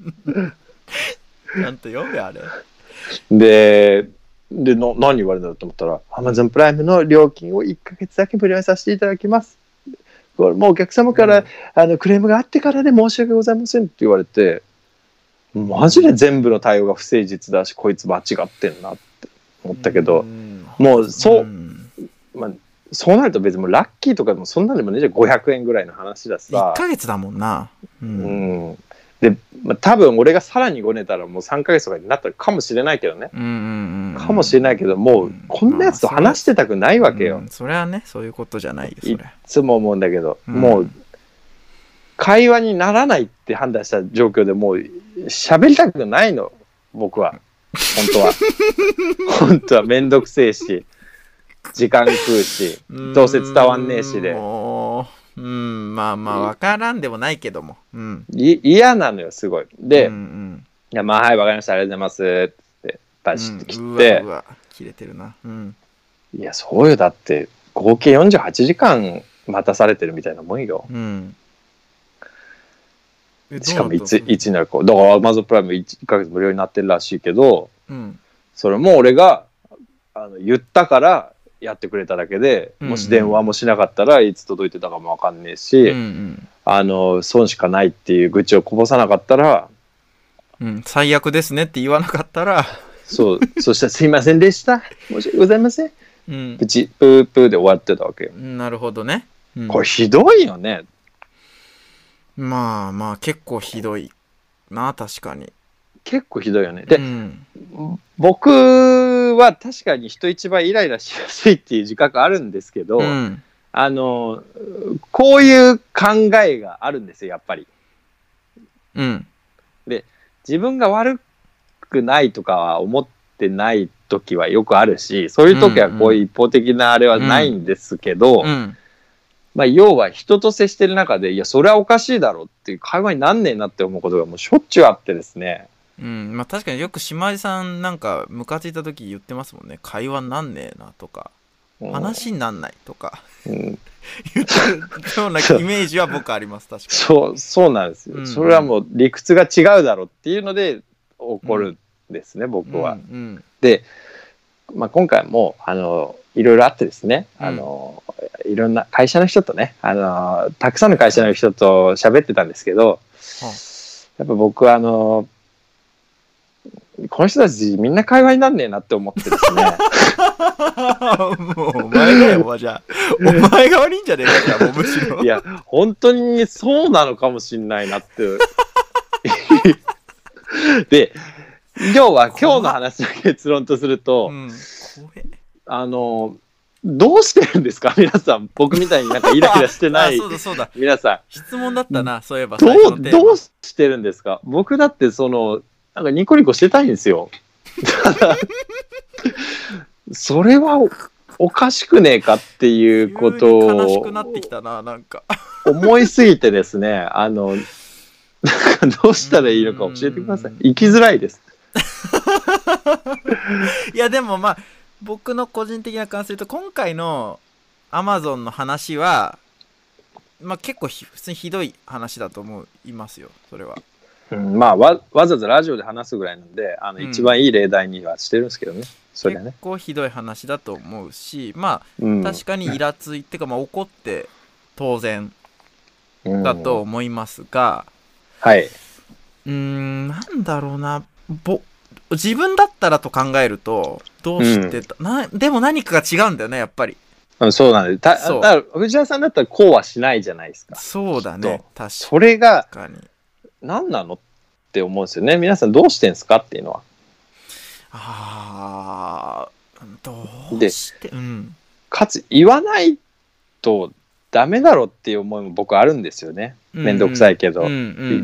ちゃんと読め、あれ。 で、での何言われたのと思ったら、Amazon プライムの料金をいっかげつだけ無料にさせていただきます。これもうお客様から、 うん、 あのクレームがあってからで申し訳ございませんって言われて、マジで全部の対応が不誠実だし、こいつ間違ってんなって思ったけど、 うん、 もうそう、 ん、 まあ、そうなると別にもうラッキーとかでもそんなんでもね、じゃあごひゃくえんぐらいの話だしさ。 いっかげつだもんな。う。 うんん。で、まあ、多分俺がさらにごねたらもうさんかげつとかになったかもしれないけどね。 うんうんうん。 かもしれないけど、もうこんなやつと話してたくないわけよ。 うん、それはね、そういうことじゃないよ、そいれ。 つも思うんだけど、 うん、 もう会話にならないって判断した状況でもう喋りたくないの、僕は。本当は。本当はめんどくせえし、時間食うし、どうせ伝わんねえしで。 もう、うん、まあまあ、わからんでもないけども。うん。 い嫌なのよ、すごい。で、 うんうん、 いや、まあ、はい、わかりました、ありがとうございますってバシッと切うん、 って、 うわうわ切れてるな。うん。 いや、そうよ、だって、合計よんじゅうはちじかん待たされてるみたいなもんよ。 うん。 しかもいつ、いつになるか。だから Amazon プライムいっかげつ無料になってるらしいけど、 うん、 それも俺があの言ったからやってくれただけで、 うんうん、 もし電話もしなかったらいつ届いてたかもわかんねえし、 うんうん、 あの損しかないっていう愚痴をこぼさなかったら、 うん、最悪ですねって言わなかったら、 そう、そしたらすいませんでした。申し訳ございません。 うん、 プチプープーで終わってたわけよ。 なるほどね。うん、 これひどいよね。 まあまあ結構ひどいな、確かに。 結構ひどいよね。で、 うん、 僕は確かに人一倍イライラしやすいっていう自覚あるんですけど、 うん、 あのこういう考えがあるんですよ、やっぱり。 うん、 で、自分が悪くないとかは思ってない時はよくあるし、そういう時はこういう一方的なあれはないんですけど、 うんうん、 まあ、要は人と接してる中で、いや、それはおかしいだろっていう会話になんねえなって思うことがもうしょっちゅうあってですね。 うん、まあ確かによく島地さんなんかムカついた時言ってますもんね。会話になんねえなとか、 うん、 話になんないとか、 うん、 言ってるようなイメージは僕あります、確かに。 そう、そうなんですよ、 うんうん。 それはもう理屈が違うだろっていうので怒るんですね、うん、僕は。 うんうん、 で、まあ、今回もあのいろいろあってですね、あの、うん、いろんな会社の人とね、あのたくさんの会社の人と喋ってたんですけど、はあ、やっぱ僕はあのこの人たちみんな会話になんねえなって思ってですね。 もうお前がよ、じゃあお前が悪いんじゃねえか、じゃあもうむしろ。 いや本当にそうなのかもしんないなって。で、要は今日の話の結論とすると、うん、あのどうしてるんですか皆さん。僕みたいになんかイライラしてないそうだそうだ、 皆さん。 質問だったな、うん、そういえばどうどうしてるんですか。僕だってそのなんかニコニコしてたいんですよ。それは お, おかしくねえかっていうことを悲しくなってきたな、なんか思いすぎてですね、あのどうしたらいいのか教えてください。生きづらいです。 いやでもまあ僕の個人的な感想で言うと、今回のアマゾンの話はまあ結構普通にひどい話だと思いますよ、それは。 うん、まあわわざわざラジオで話すぐらいなんで、あの一番いい例題にはしてるんですけどね、うん、それはね結構ひどい話だと思うし、まあ、うん、確かにイラついてか、まあ、怒って当然だと思いますが、 うん、はい、 うーん、なんだろうな、ぼ自分だったらと考えるとどうして、うん、なでも何かが違うんだよね、やっぱり。 うん、そうなんです。だから藤原さんだったらこうはしないじゃないですか。 そうだね、確かに。 それが何なのって思うんですよね。皆さんどうしてんすかっていうのは。 ああ、どうして、うん、 かつ言わないとダメだろっていう思いも僕あるんですよね。めんどくさいけど、うんうん、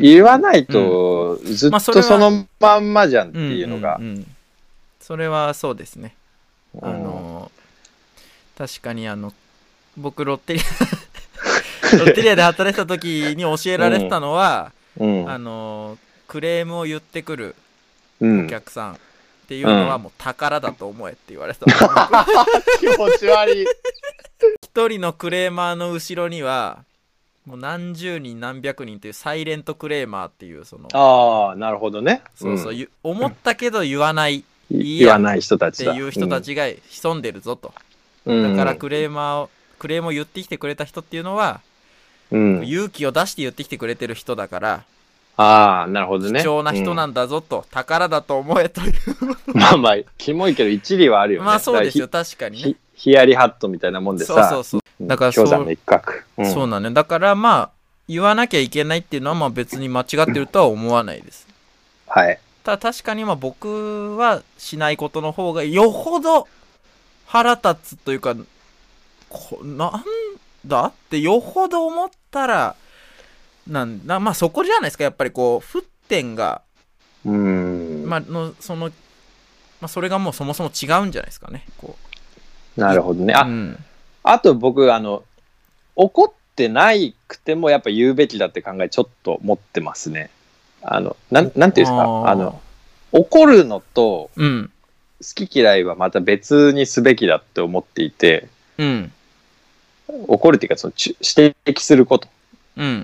言わないとずっとそのまんまじゃんっていうのが、 うんうんうん、それはそうですね。あの確かにあの僕ロッテリアロッテリアで働いてた時に教えられてたのは、うんうん、あのクレームを言ってくるお客さんっていうのはもう宝だと思えって言われてた、うん、 気持ち悪い。 一人のクレーマーの後ろにはもう何十人何百人というサイレントクレーマーっていう、そのああなるほどね、 そうそう、うん、思ったけど言わない、 うん、言わない人たちだっていう人たちが潜んでるぞと、うん、だからクレーマーをクレームを言ってきてくれた人っていうのは、うん、勇気を出して言ってきてくれてる人だから、 ああなるほどね、 貴重な人なんだぞと、うん、宝だと思えというまあまあキモいけど一理はあるよね。 まあそうですよ、確かにね。 ヒヤリハットみたいなもんでさ、 そうそうそう、だからそう、 氷山の一角、 うん、そうなんね。だからまあ言わなきゃいけないっていうのはまあ別に間違ってるとは思わないです。 はい。 ただ確かにまあ僕はしないことの方がよほど腹立つというか、こなんだってよほど思ったらなんだ、まあそこじゃないですか、やっぱりこう沸点がうーん、 まあのそのまあそれがもうそもそも違うんじゃないですかね。こうなるほどね。あ、うん、あと僕あの怒ってないくてもやっぱ言うべきだって考えちょっと持ってますね。あのなんなんていうんですか、あの怒るのと好き嫌いはまた別にすべきだって思っていて、 うん、 怒るっていうかその指摘すること、 うんうんうん、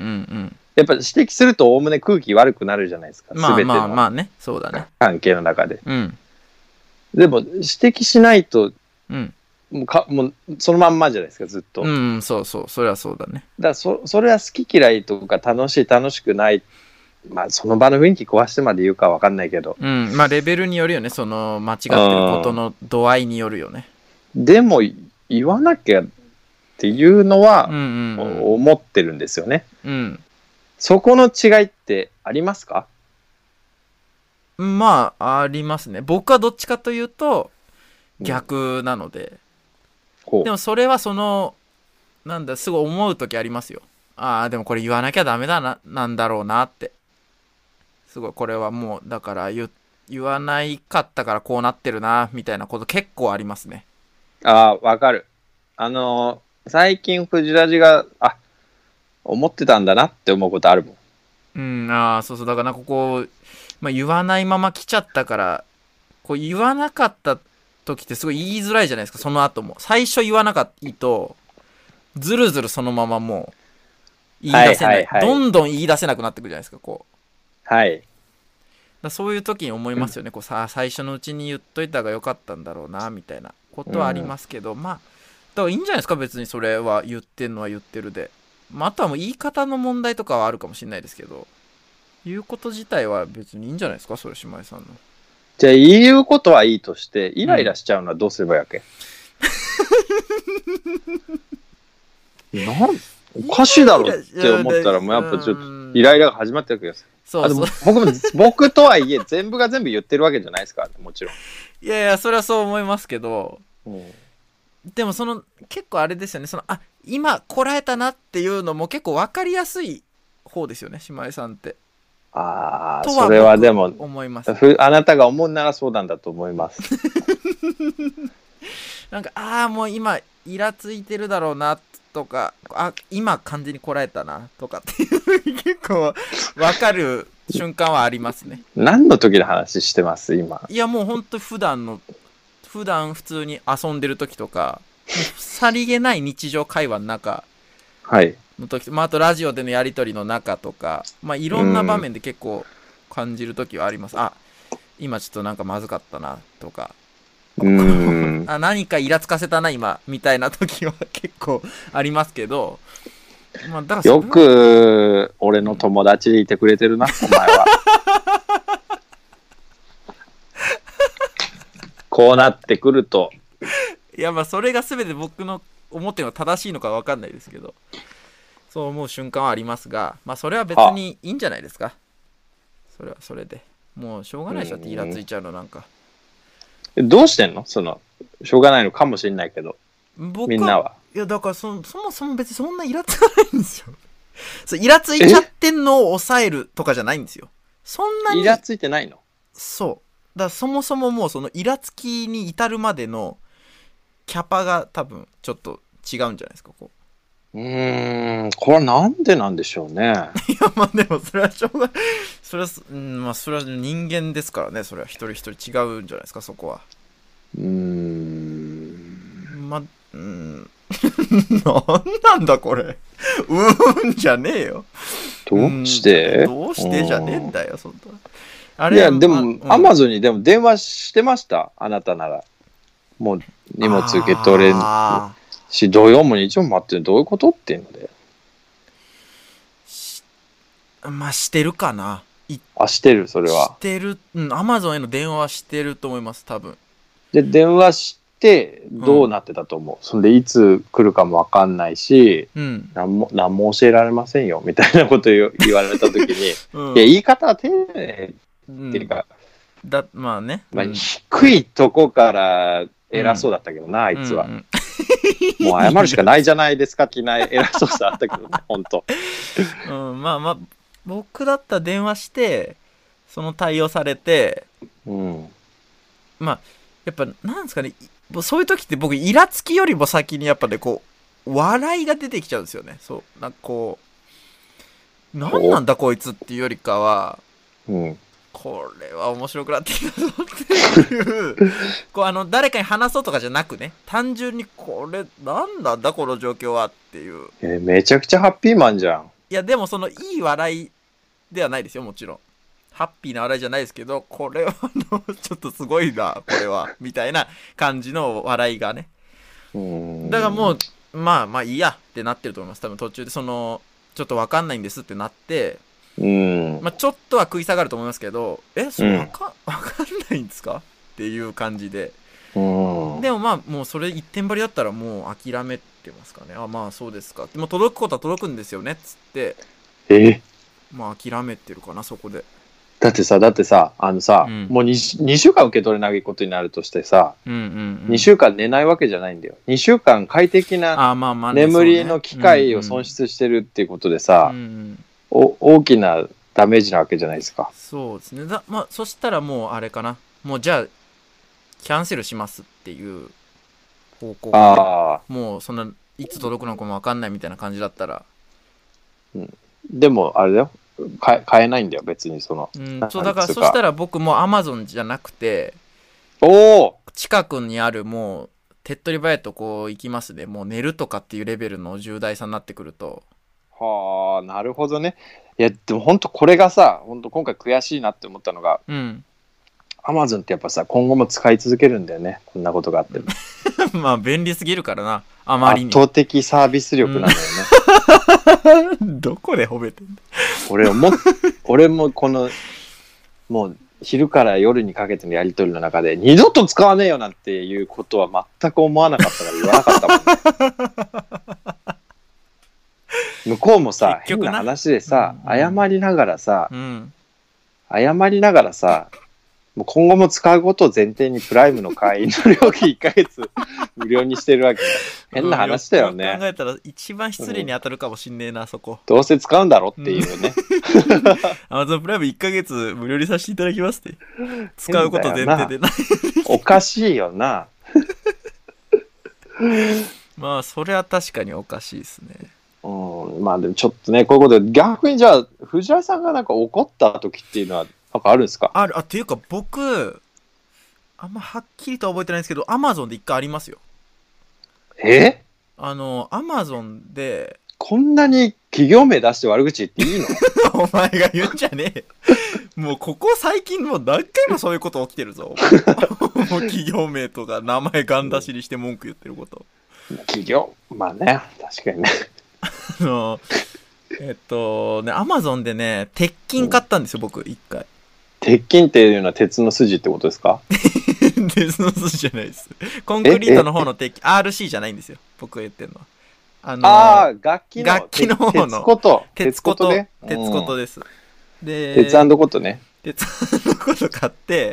やっぱ指摘するとおおむね空気悪くなるじゃないですか、 まあまあまあね、そうだね、 関係の中で、 うん、 でも指摘しないと、 うん、 もうかもうそのまんまじゃないですかずっと、 うん、そうそう、それはそうだね。 だから そ, それは好き嫌いとか楽しい楽しくない、まあその場の雰囲気壊してまで言うかは分かんないけど、 うん、まあレベルによるよね、その間違ってることの度合いによるよね。 でも言わなきゃっていうのは思ってるんですよね、 うんうんうん、 そこの違いってありますか？ まあありますね。僕はどっちかというと逆なので、うん、でもそれはそのなんだすごい思う時ありますよ。ああでもこれ言わなきゃダメだななんだろうなって、すごいこれはもうだから言言わないかったからこうなってるなみたいなこと結構ありますね。 ああわかる。あのー、最近藤ラジがあ思ってたんだなって思うことあるもん。 うん、ああそうそう、だからなんかこう、まあ、言わないまま来ちゃったからこう言わなかった時ってすごい言いづらいじゃないですか。その後も最初言わなかったとずるずるそのままもう言い出せない、はいはいはい、どんどん言い出せなくなってくるじゃないですか。こうはいだそういう時に思いますよね、うん、こうさ最初のうちに言っといた方がよかったんだろうなみたいなことはありますけど、うん、まあだからいいんじゃないですか、別にそれは言ってんのは言ってるで、まあ、あとはもう言い方の問題とかはあるかもしれないですけど、言うこと自体は別にいいんじゃないですか、それ姉妹さんの。 じゃあ言うことはいいとしてイライラしちゃうのはどうすればいいわけ？うん、なんおかしいだろって思ったらもうやっぱちょっとイライラが始まってるわけです。 そうそう、 僕も僕とはいえ全部が全部言ってるわけじゃないですから、ね、もちろん。 いやいやそれはそう思いますけど、 うん、 でもその結構あれですよね、そのあ今こらえたなっていうのも結構分かりやすい方ですよね、姉妹さんって。 ああそれはでも思います。 あなたが思うならそうなんだと思います。 なんかああもう今イラついてるだろうなとか、あ今完全にこらえたなとかっていう結構分かる瞬間はありますね。 何の時の話してます今？ いやもうほんと普段の普段普通に遊んでる時とか、もうさりげない日常会話の中はいの時、まあ、あとラジオでのやり取りの中とか、まあ、いろんな場面で結構感じる時はあります。あ今ちょっとなんかまずかったなとか、 うーんあ何かイラつかせたな今みたいな時は結構ありますけど、まあ、だからよく俺の友達でいてくれてるなお前は。こうなってくると、 いやまあそれが全て僕の思ってるのが正しいのか分かんないですけど、そう思う瞬間はありますが、まあそれは別にいいんじゃないですか。それはそれでもうしょうがないでしょってイラついちゃうのなんか。 どうしてんの？そのしょうがないのかもしれないけど、 僕みんなは。 いやだからそそもそも別にそんなイラつかないんですよ。そうイラついちゃってんのを抑えるとかじゃないんですよ。そんなにイラついてないの？ そうだからそもそももうそのイラつきに至るまでのキャパが多分ちょっと違うんじゃないですかこうーん、これはなんでなんでしょうね。 う。いやまあでもそれはしょうがそれは、うん、まあそれは人間ですからね。それは一人一人違うんじゃないですかそこは。 うーん。 まあうんなんなんだこれ。うーんじゃねえよ。 どうしてどうしてじゃねえんだよそんな。あいやでも、 うん、 アマゾンにでも電話してましたあなたなら。もう荷物受け取れんし、土曜も日曜も待ってるどういうことっていうので。 まあしてるかな。 あ、してるそれは。 してる。うん、アマゾンへの電話はしてると思います多分。 で電話してどうなってたと思う、うん、そんでいつ来るかも分かんないし、 うん、 何も何も教えられませんよみたいなこと言言われた時に、うん、いや言い方は丁寧っていうか、 うん、だまあね、 まあ、低いとこから偉そうだったけどな、うん、あいつは、うんうん、もう謝るしかないじゃないですか気ない偉そうさあったけどね本当、 うん、まあまあ僕だったら電話してその対応されて、 うん、 まあやっぱなんですかね、そういう時って僕イラつきよりも先にやっぱねこう笑いが出てきちゃうんですよね。そうなんかこうなんなんだこいつっていうよりかは、 うん、 これは面白くなってきたぞっていうこうあの誰かに話そうとかじゃなくね、単純にこれなんなんだこの状況はっていう。 えめちゃくちゃハッピーマンじゃん。 いやでもそのいい笑いではないですよもちろん。ハッピーな笑いじゃないですけど、これはのちょっとすごいなこれはみたいな感じの笑いがね。 うーんだからもうまあまあいいやってなってると思います。多分途中でそのちょっと分かんないんですってなって、 うん、 まあ、ちょっとは食い下がると思いますけど、えそれ分か、うん、分かんないんですかっていう感じで、 うん、 でもまあもうそれ一点張りだったらもう諦めてますかね。あまあそうですか。もう届くことは届くんですよねっつって、 えまあ諦めてるかなそこで。 だってさ、だってさ、あのさ、うん、もう 2, にしゅうかん受け取れないことになるとしてさ、 うんうんうん、 にしゅうかん寝ないわけじゃないんだよ。にしゅうかん快適な眠りの機会を損失してるっていうことでさ、うんうん、お大きなダメージなわけじゃないですか。 そうですね。だまあそしたらもうあれかな。もうじゃあキャンセルしますっていう方向が、ね、もうそんないつ届くのかも分かんないみたいな感じだったら、 うん、でもあれだよ。買え、買えないんだよ別にその、 うん、そうだからそしたら僕もアマゾンじゃなくてお近くにあるもう手っ取り早いとこ行きますね。もう寝るとかっていうレベルの重大さになってくると。 はあなるほどね。いやでも本当これがさ本当今回悔しいなって思ったのが、うん、アマゾンってやっぱさ今後も使い続けるんだよねこんなことがあってもまあ便利すぎるからなあまりに圧倒的サービス力なんだよね、 うん、どこで褒めてんだ俺も俺もこのもう昼から夜にかけてのやり取りの中で二度と使わねえよなんていうことは全く思わなかったから言わなかったもんね向こうもさ変な話でさ、うんうん、謝りながらさ、うん、謝りながらさもう今後も使うことを前提にプライムの会員の料金いっかげつ無料にしてるわけ変な話だよね、 うん、考えたら一番失礼に当たるかもしんねえな、うん、そこどうせ使うんだろっていうね、 うん、Amazon プライムいっかげつ無料にさせていただきますって使うこと前提でないおかしいよなまあそれは確かにおかしいですね。 うん、まあでもちょっとね、こういうことで、逆にじゃあ、藤原さんがなんか怒った時っていうのは、なんかあるんですか？ ある、あ、っていうか僕、あんまはっきりとは覚えてないんですけど、アマゾンで一回ありますよ。 えあの、アマゾンで、 こんなに企業名出して悪口言っていいの？ お前が言うんじゃねえ。もうここ最近もう何回もそういうこと起きてるぞ。もう企業名とか名前ガン出しにして文句言ってること。 企業まあね、確かにね。 あの、えっとね、アマゾンでね、鉄筋買ったんですよ、僕、一回。 鉄筋っていうのは鉄の筋ってことですか？ 鉄の筋じゃないです。コンクリートの方の鉄筋、アールシー じゃないんですよ、僕が言ってるのは。あのああ、楽器の楽器の方の鉄こと。 鉄こと、 ね。 鉄ことです。で、 鉄アンドコットね。 鉄のこと買って、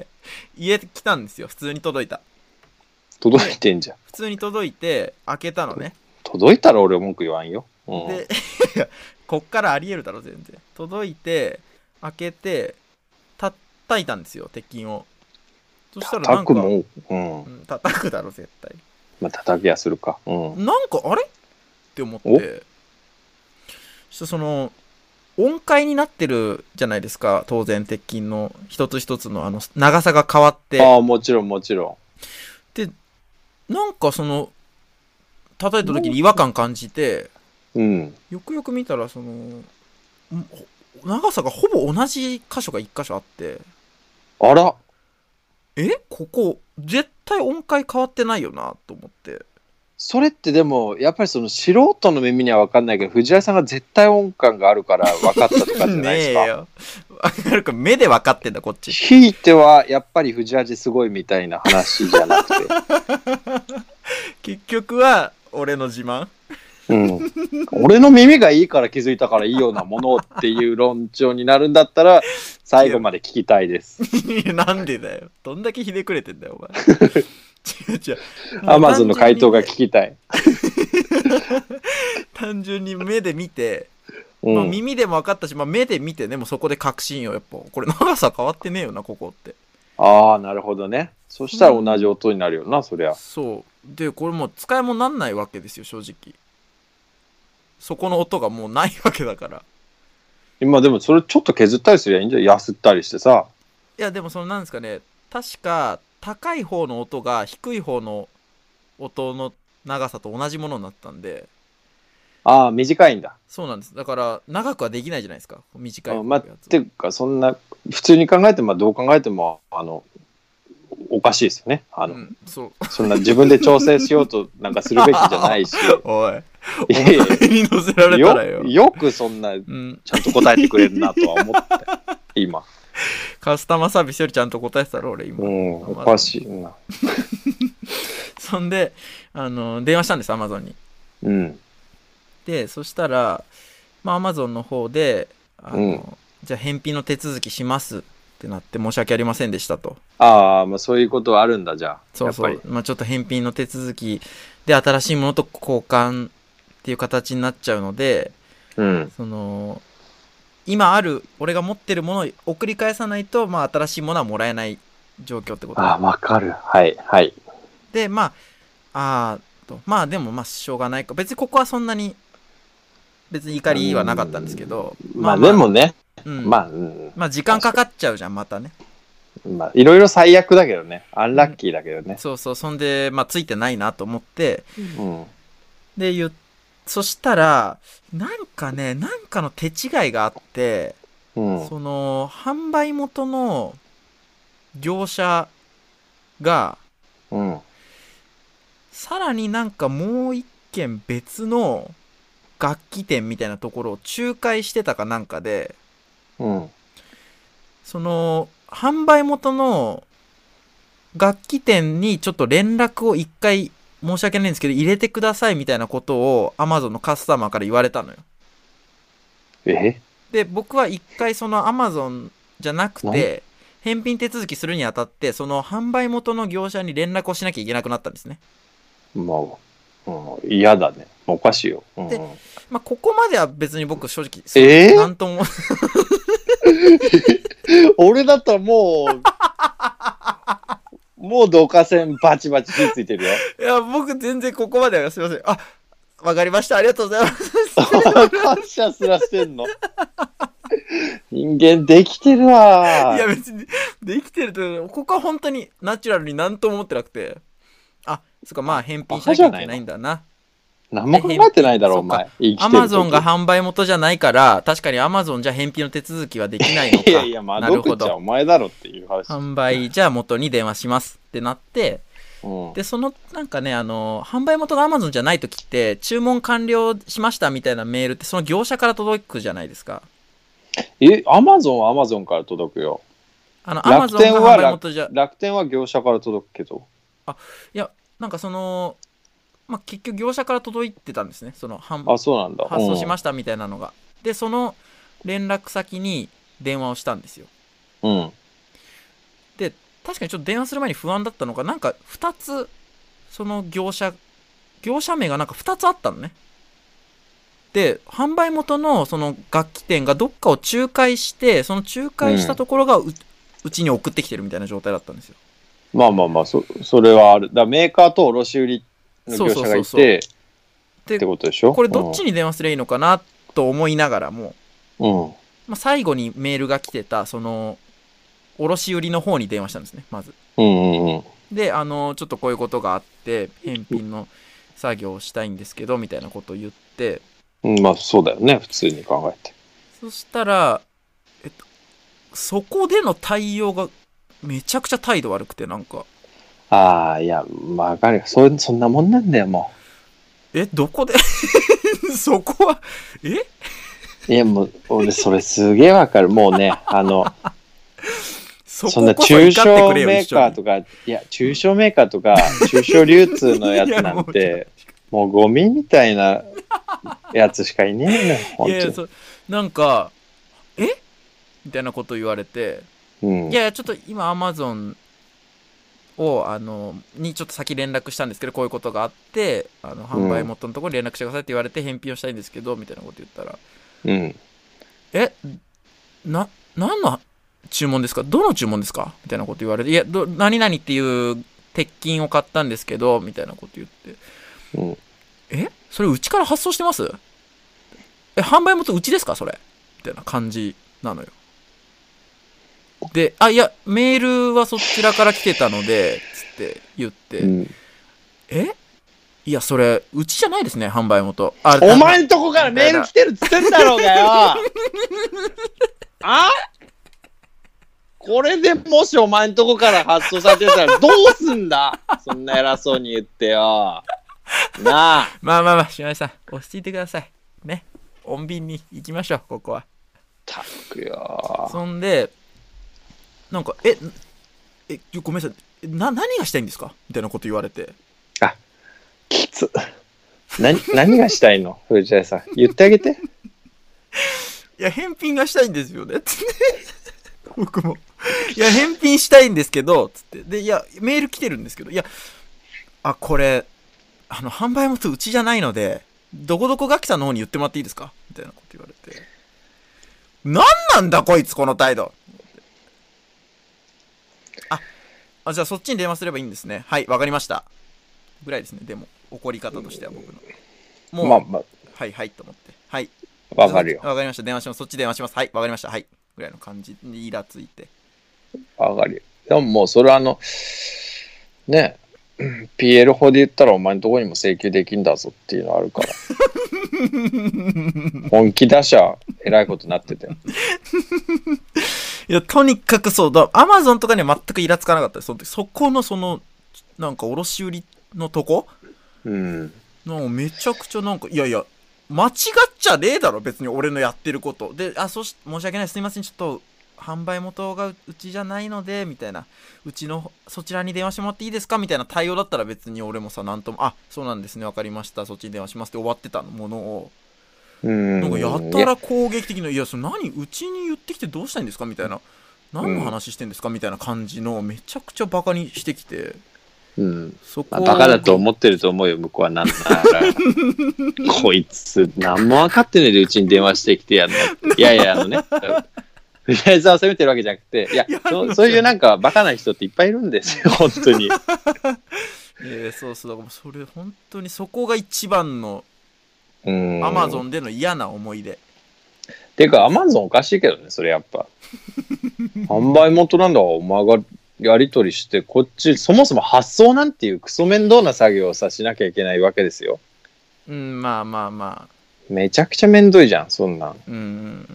家来たんですよ、普通に届いた。 届いてんじゃん。 普通に届いて、開けたのね。 届いたら俺文句言わんよ。うん、 で、こっからありえるだろ、全然。届いて、開けて、叩いたんですよ、鉄筋を。そしたらなんか、 叩くもん、うん、 うん、叩くだろ、絶対。 まあ、叩きやするか。うん、 なんか、あれって思って、そしたらその、音階になってるじゃないですか、当然、鉄筋の一つ一つのあの長さが変わって。 ああ、もちろん、もちろん。で、なんかその、叩いた時に違和感感じて、 うん、 よくよく見たら、その、長さがほぼ同じ箇所が一箇所あって、 あら、 えここ、絶対音階変わってないよな、と思って。 それってでも、やっぱりその素人の耳には分かんないけど、藤原さんが絶対音感があるから分かったとかじゃないですか。 ねえよ。分かるか、目で分かってんだ、こっち。 ひいては、やっぱり藤原すごいみたいな話じゃなくて。 結局は、俺の自慢。 うん、俺の耳がいいから気づいたからいいようなものっていう論調になるんだったら最後まで聞きたいです。 なんでだよ。どんだけひねくれてんだよ、お前。違う違う。 アマゾンの回答が聞きたい。 単純に目で見て、 うん、 まあ、耳でも分かったし、まあ、目で見てね、もうそこで確信よ、やっぱ。これ長さ変わってねえよな、ここって。 ああ、なるほどね。そしたら同じ音になるよな、うん、そりゃ。 そう。で、これもう使い物なんないわけですよ、正直。そこの音がもうないわけだから。 今でもそれちょっと削ったりすりゃいいんじゃん。やすったりしてさ。 いやでもそのなんですかね、確か高い方の音が低い方の音の長さと同じものになったんで。 ああ、短いんだ。 そうなんです。だから長くはできないじゃないですか、短い方のやつ。 まあ、っていうかそんな普通に考えてもどう考えてもあのおかしいですよね。あの、うん、 そう。 そんな自分で調整しようとなんかするべきじゃないし。 おい。お前に乗せられたらよ。 よ、よくそんな、ちゃんと答えてくれるなとは思って、今。 カスタマーサービスよりちゃんと答えてたろ、俺今。 うん、おかしいな。 そんで、あの、電話したんです、アマゾンに。 うん。 で、そしたら、まあ、アマゾンの方で、あの、うん、じゃあ返品の手続きしますってなって、申し訳ありませんでしたと。 ああ、まあそういうことはあるんだ、じゃあ。 そうそう。まあちょっと返品の手続きで新しいものと交換っていう形になっちゃうので、 うん、 その、今ある、俺が持ってるものを送り返さないと、まあ新しいものはもらえない状況ってこと。 ああ、わかる。はい、はい。 で、まあ、あーと、まあでもまあしょうがないか。別にここはそんなに、別に怒りはなかったんですけど。 まあ、まあ、でもね、 うん、 まあ、うん、 まあ時間かかっちゃうじゃん、またね。 まあ、いろいろ最悪だけどね。アンラッキーだけどね。 うん、そうそう。そんで、まあ、ついてないなと思って、 うん、 で、言っそしたら、なんかね、なんかの手違いがあって、 うん、 その、販売元の業者が、 うん、 さらになんかもう一軒別の楽器店みたいなところを仲介してたかなんかで、 うん、 その、販売元の楽器店にちょっと連絡を一回申し訳ないんですけど入れてくださいみたいなことを Amazon のカスタマーから言われたのよ。 え？ で、僕は一回その Amazon じゃなくて返品手続きするにあたってその販売元の業者に連絡をしなきゃいけなくなったんですね。 まあ、うん、嫌だね。おかしいよ。うん、 で、まあ、ここまでは別に僕正直、 えー、 なんとも俺だったらもうもう導火線バチバチ火ついてるよ。 いや、僕全然ここまではすいません。あ、わかりました。ありがとうございます。 感謝すらしてんの。人間できてるわ。 いや、別に、できてると、ここは本当にナチュラルになんとも思ってなくて。あ、そっか、まあ返品しなきゃいけないんだな。 何も考えてないだろ、お前。 アマゾンが販売元じゃないから、確かにアマゾンじゃ返品の手続きはできないのか。 いやいや、窓口はお前だろっていう話。 販売じゃあ元に電話しますってなって、 うん、で、 その、なんかね、あの、販売元がアマゾンじゃないときって、注文完了しましたみたいなメールって、その業者から届くじゃないですか。 え、アマゾンはアマゾンから届くよ。 あの、アマゾンが販売元じゃ。 楽天は業者から届くけど。 あ、いや、なんかその、まあ、結局業者から届いてたんですね。その販あ、そうなんだ。 発送しましたみたいなのが。うん、で、その連絡先に電話をしたんですよ。 うん。 で、確かにちょっと電話する前に不安だったのが、なんかふたつ、その業者、業者名がなんかふたつあったのね。で、販売元のその楽器店がどっかを仲介して、その仲介したところが う,、うん、うちに送ってきてるみたいな状態だったんですよ。 まあまあまあ、そ, それはある。だメーカーと卸売の業者がいてってことでしょ。 これどっちに電話すればいいのかなと思いながらも、 うんまあ、最後にメールが来てたその卸売の方に電話したんですね、まず。 うんうんうん、で、 あのちょっとこういうことがあって返品の作業をしたいんですけどみたいなことを言って、 うん、まあそうだよね、普通に考えて。 そしたら、えっと、そこでの対応がめちゃくちゃ態度悪くて、なんか。 ああ、いや、わかる。そ、そんなもんなんだよ、もう。え、どこでそこは、えいや、もう、俺、それすげえわかる。もうね、あの、 そ, そんな中小メーカーとか、いや、中小メーカーとか、中小流通のやつなんて、もうゴミみたいなやつしかいねえのよ、本当に。いやいや、そなんか、えみたいなこと言われて、うん、いやいや、ちょっと今、アマゾンを、あの、にちょっと先連絡したんですけど、こういうことがあって、あの販売元のところに連絡してくださいって言われて、返品をしたいんですけど、みたいなこと言ったら、 うん、 え、な、何の注文ですか？どの注文ですか？みたいなこと言われて、いや、ど何々っていう鉄筋を買ったんですけど、みたいなこと言って、 うん、 えそれうちから発送してます？え、販売元うちですかそれ？みたいな感じなのよ。で、あ、いや、メールはそちらから来てたので、つって言って、うん、えいや、それ、うちじゃないですね、販売元。あお前んとこからメール来てるっつってんだろうがよあこれでもしお前んとこから発送されてたらどうすんだそんな偉そうに言ってよ。なあ。 まあまあまあ、島井さん、落ち着いてください。ね。穏便に行きましょう、ここは。 たくよ。 そんで、なんか、え、え、ごめんなさい、な、何がしたいんですかみたいなこと言われて。 あ、きつ。な、何がしたいの藤谷さん。言ってあげて。 いや、返品がしたいんですよね。つって。僕も。いや、返品したいんですけど、つって。で、いや、メール来てるんですけど、いや、あ、これ、あの、販売元うちじゃないので、どこどこガキさんの方に言ってもらっていいですかみたいなこと言われて。なんなんだこいつ、この態度。あ、あ、じゃあそっちに電話すればいいんですね。はい、わかりました。ぐらいですね、でも、怒り方としては僕の。もう、まあまあ、はいはいと思って。はい。 わかるよ。 わかりました。電話します。そっち電話します。はい、わかりました。はい。ぐらいの感じにイラついて。 わかるよ。でももうそれはあの、ね、ピーエル 法で言ったらお前のとこにも請求できんだぞっていうのあるから。本気出しゃえらいことになってて。 いや、とにかくそうだ。アマゾンとかには全くイラつかなかったです。その時そこのその、なんか卸売のとこ、 うん。 なんかめちゃくちゃなんか、いやいや、間違っちゃねえだろ、別に俺のやってること。で、あ、そし、申し訳ない、すいません、ちょっと、販売元がうちじゃないので、みたいな。うちの、そちらに電話してもらっていいですかみたいな対応だったら別に俺もさ、なんとも、あ、そうなんですね、わかりました、そっちに電話しますって終わってたものを、 うんなんかやったら攻撃的な、いや、それ何、うちに言ってきてどうしたいんですかみたいな。何の話してんですかみたいな感じの、めちゃくちゃバカにしてきて。 うん。そこ、まあ、バカだと思ってると思うよ、向こうは。なんなら。こいつ、何も分かってねえでうちに電話してきてやんの。いやいや、あのね。 藤原さんを責めてるわけじゃなくて、いや、そそういうなんかバカな人っていっぱいいるんですよ、本当に。 えー、そうそう、だからそれ本当にそこが一番のうん。 アマゾンでの嫌な思い出。 ていうか、アマゾンおかしいけどね、それやっぱ。販売元なんだから、お前がやり取りして、こっち、そもそも発送なんていうクソ面倒な作業をさ、しなきゃいけないわけですよ。 うん、まあまあまあ。 めちゃくちゃ面倒いじゃん、そんなん。 うん、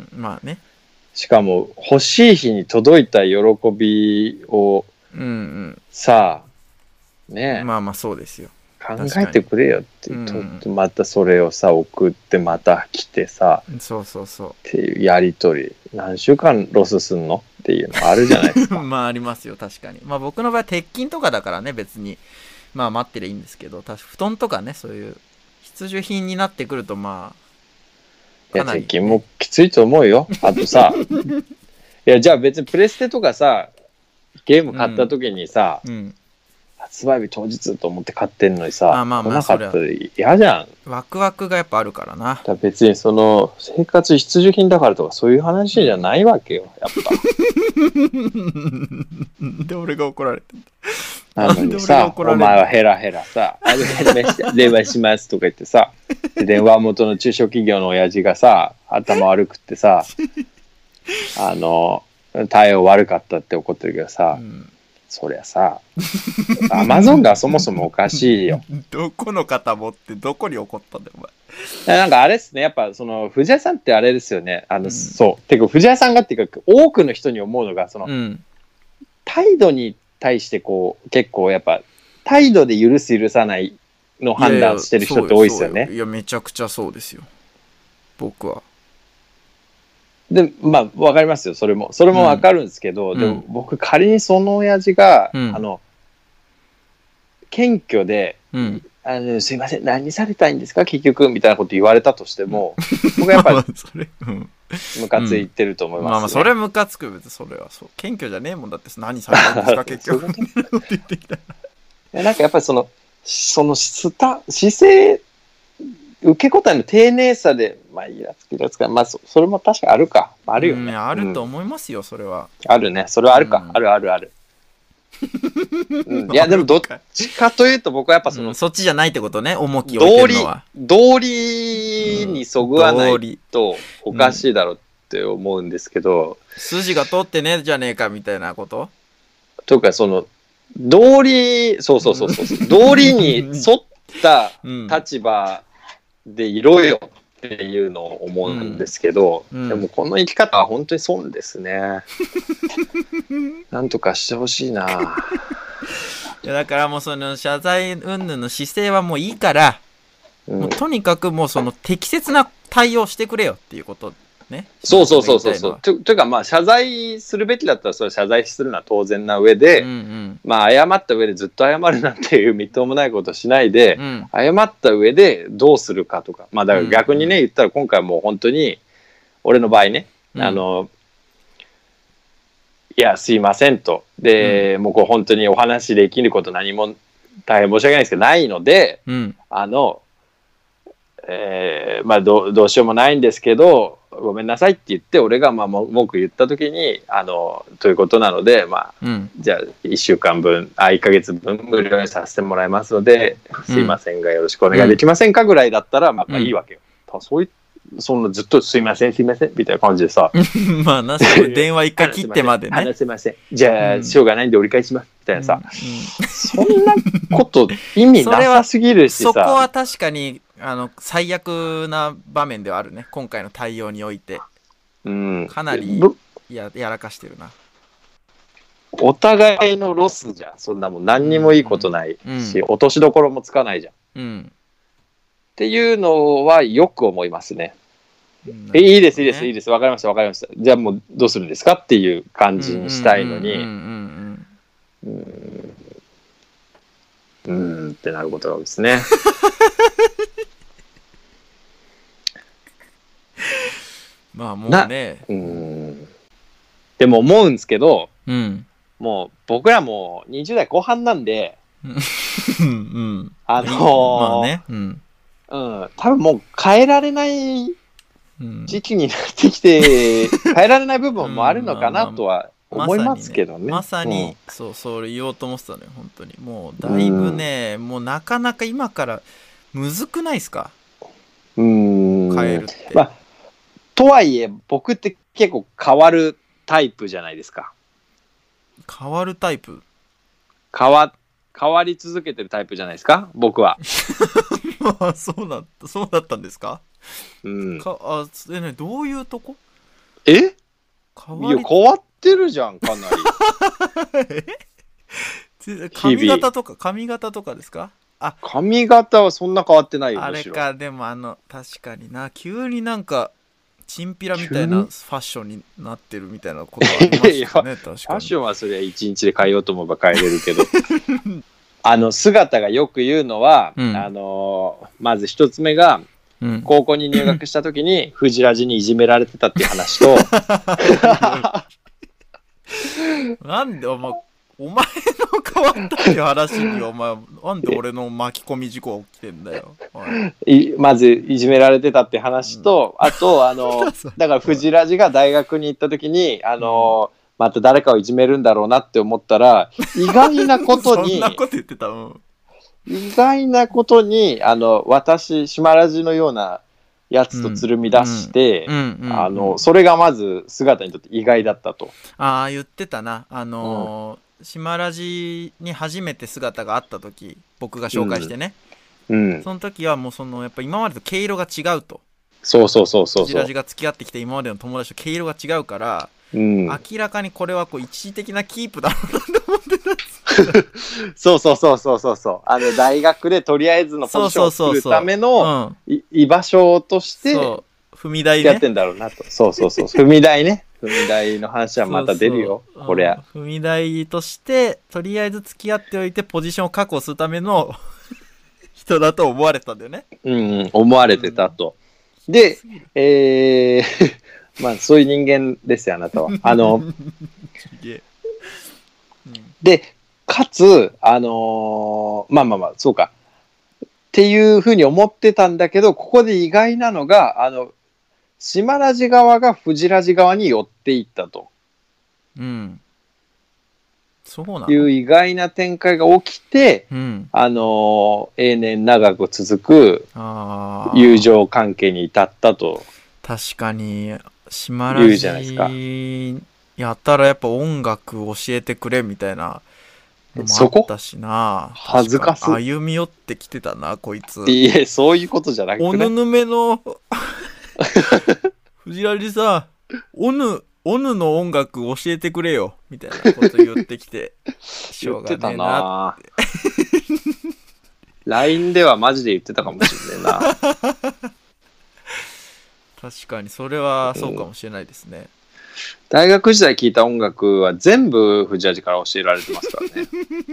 まあね。 しかも、欲しい日に届いた喜びをうんうん。 さ、ねえ、 まあまあそうですよ。 考えてくれよっていう、 うんとまたそれをさ、送ってまた来てさ、 そうそうそっていうやりとり、何週間ロスすんのっていうのあるじゃないですう。 か。 まあありますよ、確かに。まあ僕の場合は鉄筋とかだからね、別に。まあ待ってりゃいいんですけど、確か布団とかね、そういう必需品になってくるとまあ、 いや、 かなり鉄筋もきついと思うよ。あとさ、いや、じゃあ別にプレステとかさ、ゲーム買った時にさ、 うん。 発売日当日と思って買ってんのにさ、 あまあまあ来なかったら嫌じゃん。 ワクワクがやっぱあるからな。 だから別にその生活必需品だからとかそういう話じゃないわけよ、やっで、俺が怒られてぱ。なのにさ、お前はヘラヘラさ、あ、電話しますとか言ってさ、で電話元の中小企業の親父がさ、頭悪くってさ、あの、対応悪かったって怒ってるけどさ、 うんそりゃさ、アマゾンがそもそもおかしいよ。 どこの方もってどこに怒ったんだよ、お前。 なんかあれですね、やっぱその藤谷さんってあれですよね、あの、 うんそう、てか藤谷さんがっていうか、多くの人に思うのが、その、 うん。 態度に対してこう、結構やっぱ、態度で許す許さないの判断してる人って多いですよね。 いやいや、そうよそうよいやめちゃくちゃそうですよ。僕は。 で、まあ、わかりますよ、それも。それもわかるんですけど、 うんでも僕、仮にその親父が、 うんあの、謙虚で、 うん。 あの、すいません、何されたいんですか、結局、みたいなこと言われたとしても、僕はやっぱり、 それ、うん。 ムカついてると思います、ねまあまあ、それムカつくよ、別にそれは。そう。謙虚じゃねえもんだって、何されたんですか、結局。って言ってきたいやなんかやっぱりその、そのスタ姿勢、受け答えの丁寧さで、まあ、イラつきイラつか、まあそ、それも確かあるか。あるよね。 うんあるとうん思いますよ、それは。 あるね。それはあるか。 うんあるあるある。うんいや、でもどっちかというと僕はやっぱその、 うんそっちじゃないってことね、重きを置い道理てるのは。、 道理にそぐわない道理とおかしいだろうって思うんですけど、 筋が通ってねえじゃねえかみたいなことというかその、道理、そうそうそうそう、道理に沿ったうん。 立場でいろよっていうのを思うんですけど、 うんうんでもこの生き方は本当に損ですね。なんとかしてほしいな。 いやだからもうその謝罪云々の姿勢はもういいから、 うんもうとにかくもうその適切な対応してくれよっていうことね。 そうそうそうそうそう。 う。 とというかまあ謝罪するべきだったらそれは謝罪するのは当然な上で、 うんうん。 まあ謝った上でずっと謝るなんていうみっともないことしないで、 うん謝った上でどうするかとか、まあだから逆にね、言ったら今回もう本当に俺の場合ね、 うんあのいやすいませんとで、もうこう本当にお話できること何も大変申し訳ないですけどないので、 うんあの、えーまあどうどうしようもないんですけどごめんなさいって言って俺がまあも文句言った時にあのということなのでまあうんじゃあいっしゅうかんぶんあいっかげつぶん無料にさせてもらいますので、すいませんがよろしくお願いできませんかぐらいだったらまあまあいいわけよ。ただそういそんなずっとすいませんすいませんみたいな感じでさまあな、それ電話一回切ってまであね。 すいませんじゃあ、 うんしょうがないんで折り返しますみたいなさ、 うんそんなこと意味なさすぎるしさそこは確かにあの最悪な場面ではあるね、今回の対応において。 うん、 かなりぶややらかしてるな。 お互いのロスじゃんそんなもん何にもいいことないし、 うん落としどころもつかないじゃんっうん。 ていうのはよく思いますね。 うんえいいですいいですいいですわかりましたわかりましたじゃあもうどうするんですかっていう感じにしたいのにうんうんうんうんうーんうーんってなることが多いですね。 まあもうね。 うーんでも思うんですけどうん。 もう僕らもにじゅう代後半なんでうん。 あのーまあね。うん。 うん、多分もう変えられないうん時期になってきて変えられない部分もあるのかなとは思いますけどね。 まさに、ねまさにそうそれ言おうと思ってたのよ本当に。もうだいぶね、うん、もうなかなか今からむずくないですか？ うーん変えるって、 まあ、とはいえ僕って結構変わるタイプじゃないですか。 変わるタイプ変わ変わり続けてるタイプじゃないですか僕は。 まあそうだそうだったんですか？ うん、 かあえ、ね、どういうとこ？ え変わりいや変わってるじゃんかなり。 髪型とか髪型とかですか？あ髪型はそんな変わってないよ。 あれか。でもあの確かにな、急になんかチンピラみたいなファッションになってるみたいなことありましたね。確かにファッションはそれは一日で変えようと思えば変えれるけどあの姿がよく言うのは、うん、あのまず一つ目が、うん、高校に入学した時にフジラジにいじめられてたっていう話となんでお前お前の変わったっていう話にお前なんで俺の巻き込み事故起きてんだよ。 いまずいじめられてたって話と、うん、あとあのだからフジラジが大学に行った時にあの、うん、また誰かをいじめるんだろうなって思ったら意外なことにそんなこと言ってた、うん、 意外なことにあの私島ラジのようなやつとつるみ出してそれがまず姿にとって意外だったと。 ああ言ってたな。あのーうん、島ラジに初めて姿があった時僕が紹介してね、うんうん、その時はもうそのやっぱ今までと毛色が違うと。 そうそうそうそうそう。 フジラジが付き合ってきた今までの友達と毛色が違うから、うん、明らかにこれはこう一時的なキープだろうなって思ってたんですそうそうそうそうそうそうあの大学でとりあえずのポジションを作るための居場所として踏み台ねやってんだろうなと。そうそうそう踏み台ね。踏み台の話はまた出るよ。そうそうこりゃ、 うん、踏み台としてとりあえず付き合っておいてポジションを確保するための人だと思われたんだよね。 うん、うん、思われてたと、うん、でえーまあそういう人間ですよあなたは。あのでかつあのー、まあまあまあそうかっていうふうに思ってたんだけどここで意外なのがあの島ラジ側がフジラジ側に寄っていったと、 うん、そうなのいう意外な展開が起きて、うん、あのー、永年長く続く友情関係に至ったと。 確かに島ラジやったらやっぱ音楽教えてくれみたいなのもあったしな。 恥ずかしい。 歩み寄ってきてたなこいつ。 いえそういうことじゃなくて、ね、 おぬぬめの藤原さんおぬおぬの音楽教えてくれよみたいなこと言ってきてしょうがねえなって。 ライン ではマジで言ってたかもしれないな。 確かにそれはそうかもしれないですね、うん、 大学時代聴いた音楽は全部藤味から教えられてますからね。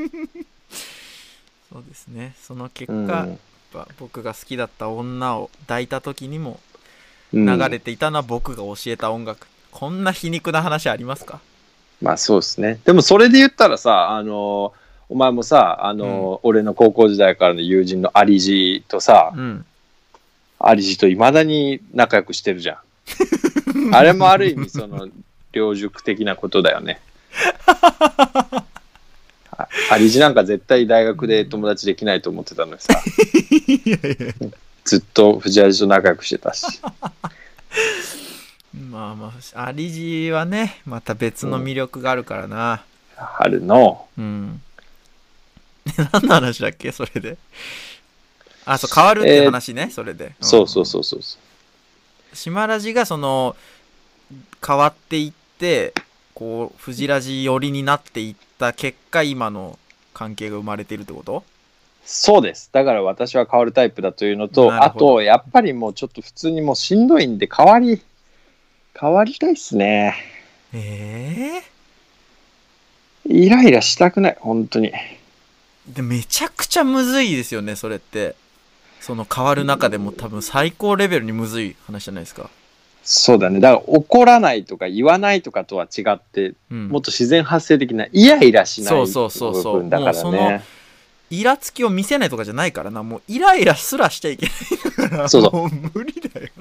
そうですね。その結果、うん、やっぱ僕が好きだった女を抱いた時にも流れていたのは僕が教えた音楽、うん、こんな皮肉な話ありますか？ まあそうですね。でもそれで言ったらさあのお前もさあの、うん、俺の高校時代からの友人のアリジとさ、うんアリジといまだに仲良くしてるじゃん。あれもある意味その両塾的なことだよね。アリジなんか絶対大学で友達できないと思ってたのにさいやいやずっと藤原と仲良くしてたし。 まあまあアリジはねまた別の魅力があるからな、 うん、あるの。 うん何の話だっけそれで。あ、そう変わるって話ね、えー、それで、うん、 そうそうそうそう島ラジがその変わっていってこうフジラジ寄りになっていった結果今の関係が生まれているってこと？ そうです。だから私は変わるタイプだというのとあとやっぱりもうちょっと普通にもうしんどいんで変わり変わりたいっすね。 えー、イライラしたくない本当に。 でめちゃくちゃむずいですよねそれって。その変わる中でも多分最高レベルにむずい話じゃないですか。 そうだね。だから怒らないとか言わないとかとは違って、うん、もっと自然発生的なイライラしない部分だからね。そうそうそうそう。もうそのイラつきを見せないとかじゃないからな。もうイライラすらしちゃいけないから。 そうそう。 もう無理だよそれ。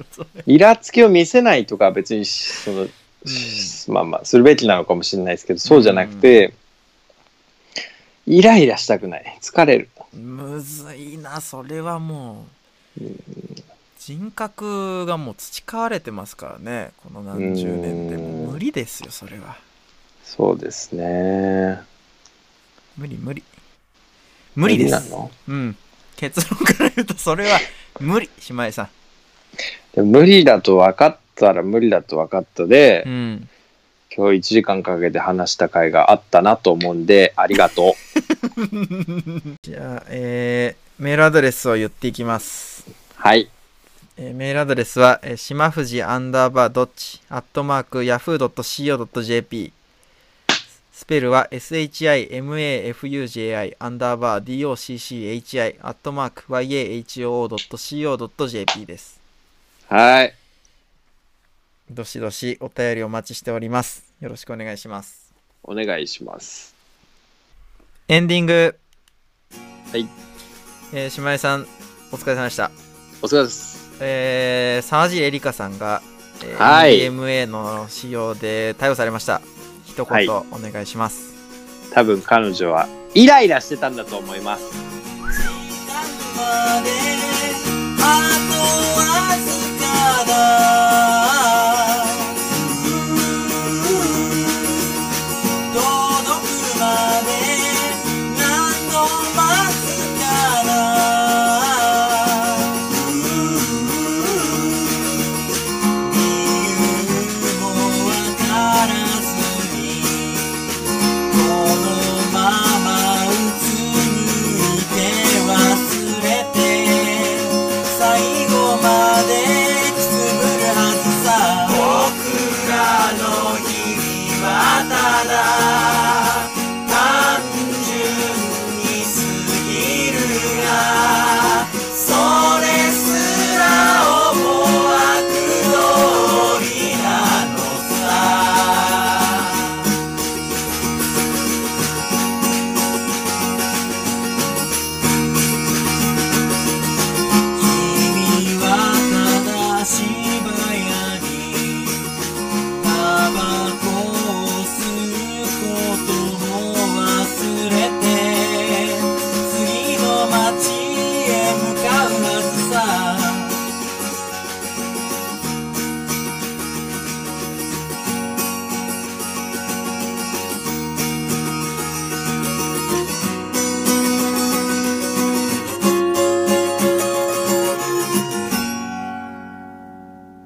イラつきを見せないとか別にその、うん、まあまあするべきなのかもしれないですけど、そうじゃなくて、うん、イライラしたくない、疲れる。 むずいなそれは。もう、うん、人格がもう培われてますからね、この何十年でも。無理ですよそれは。 そうですね。 無理無理無理です。のうん、結論から言うとそれは無理。島井さんでも無理だと分かったら無理だと分かったで、 うん、 今日いちじかんかけて話した回があったなと思うんで、ありがとう。 じゃあ、えー、メールアドレスを言っていきます。 はい、 えー、メールアドレスは、えー、しまふじアンダーバードッチアットマークヤフー ドットシーオー ドット ジェーピー、 スペルは エスエイチアイエムエーエフユージェーアイ アンダーバー ディーオーシーシーエイチアイ アットマーク ワイエーエイチオー ドットシーオー ドット ジェーピー です。 はい、 どしどしお便りお待ちしております。よろしくお願いします。 お願いします。 エンディング。 はい、 えー、島井さんお疲れ様でした。 お疲れ様です。 えー、沢尻エリカさんが、えーはい、 エムディーエムエー の使用で逮捕されました。一言お願いします。 はい、多分彼女はイライラしてたんだと思います。 ただ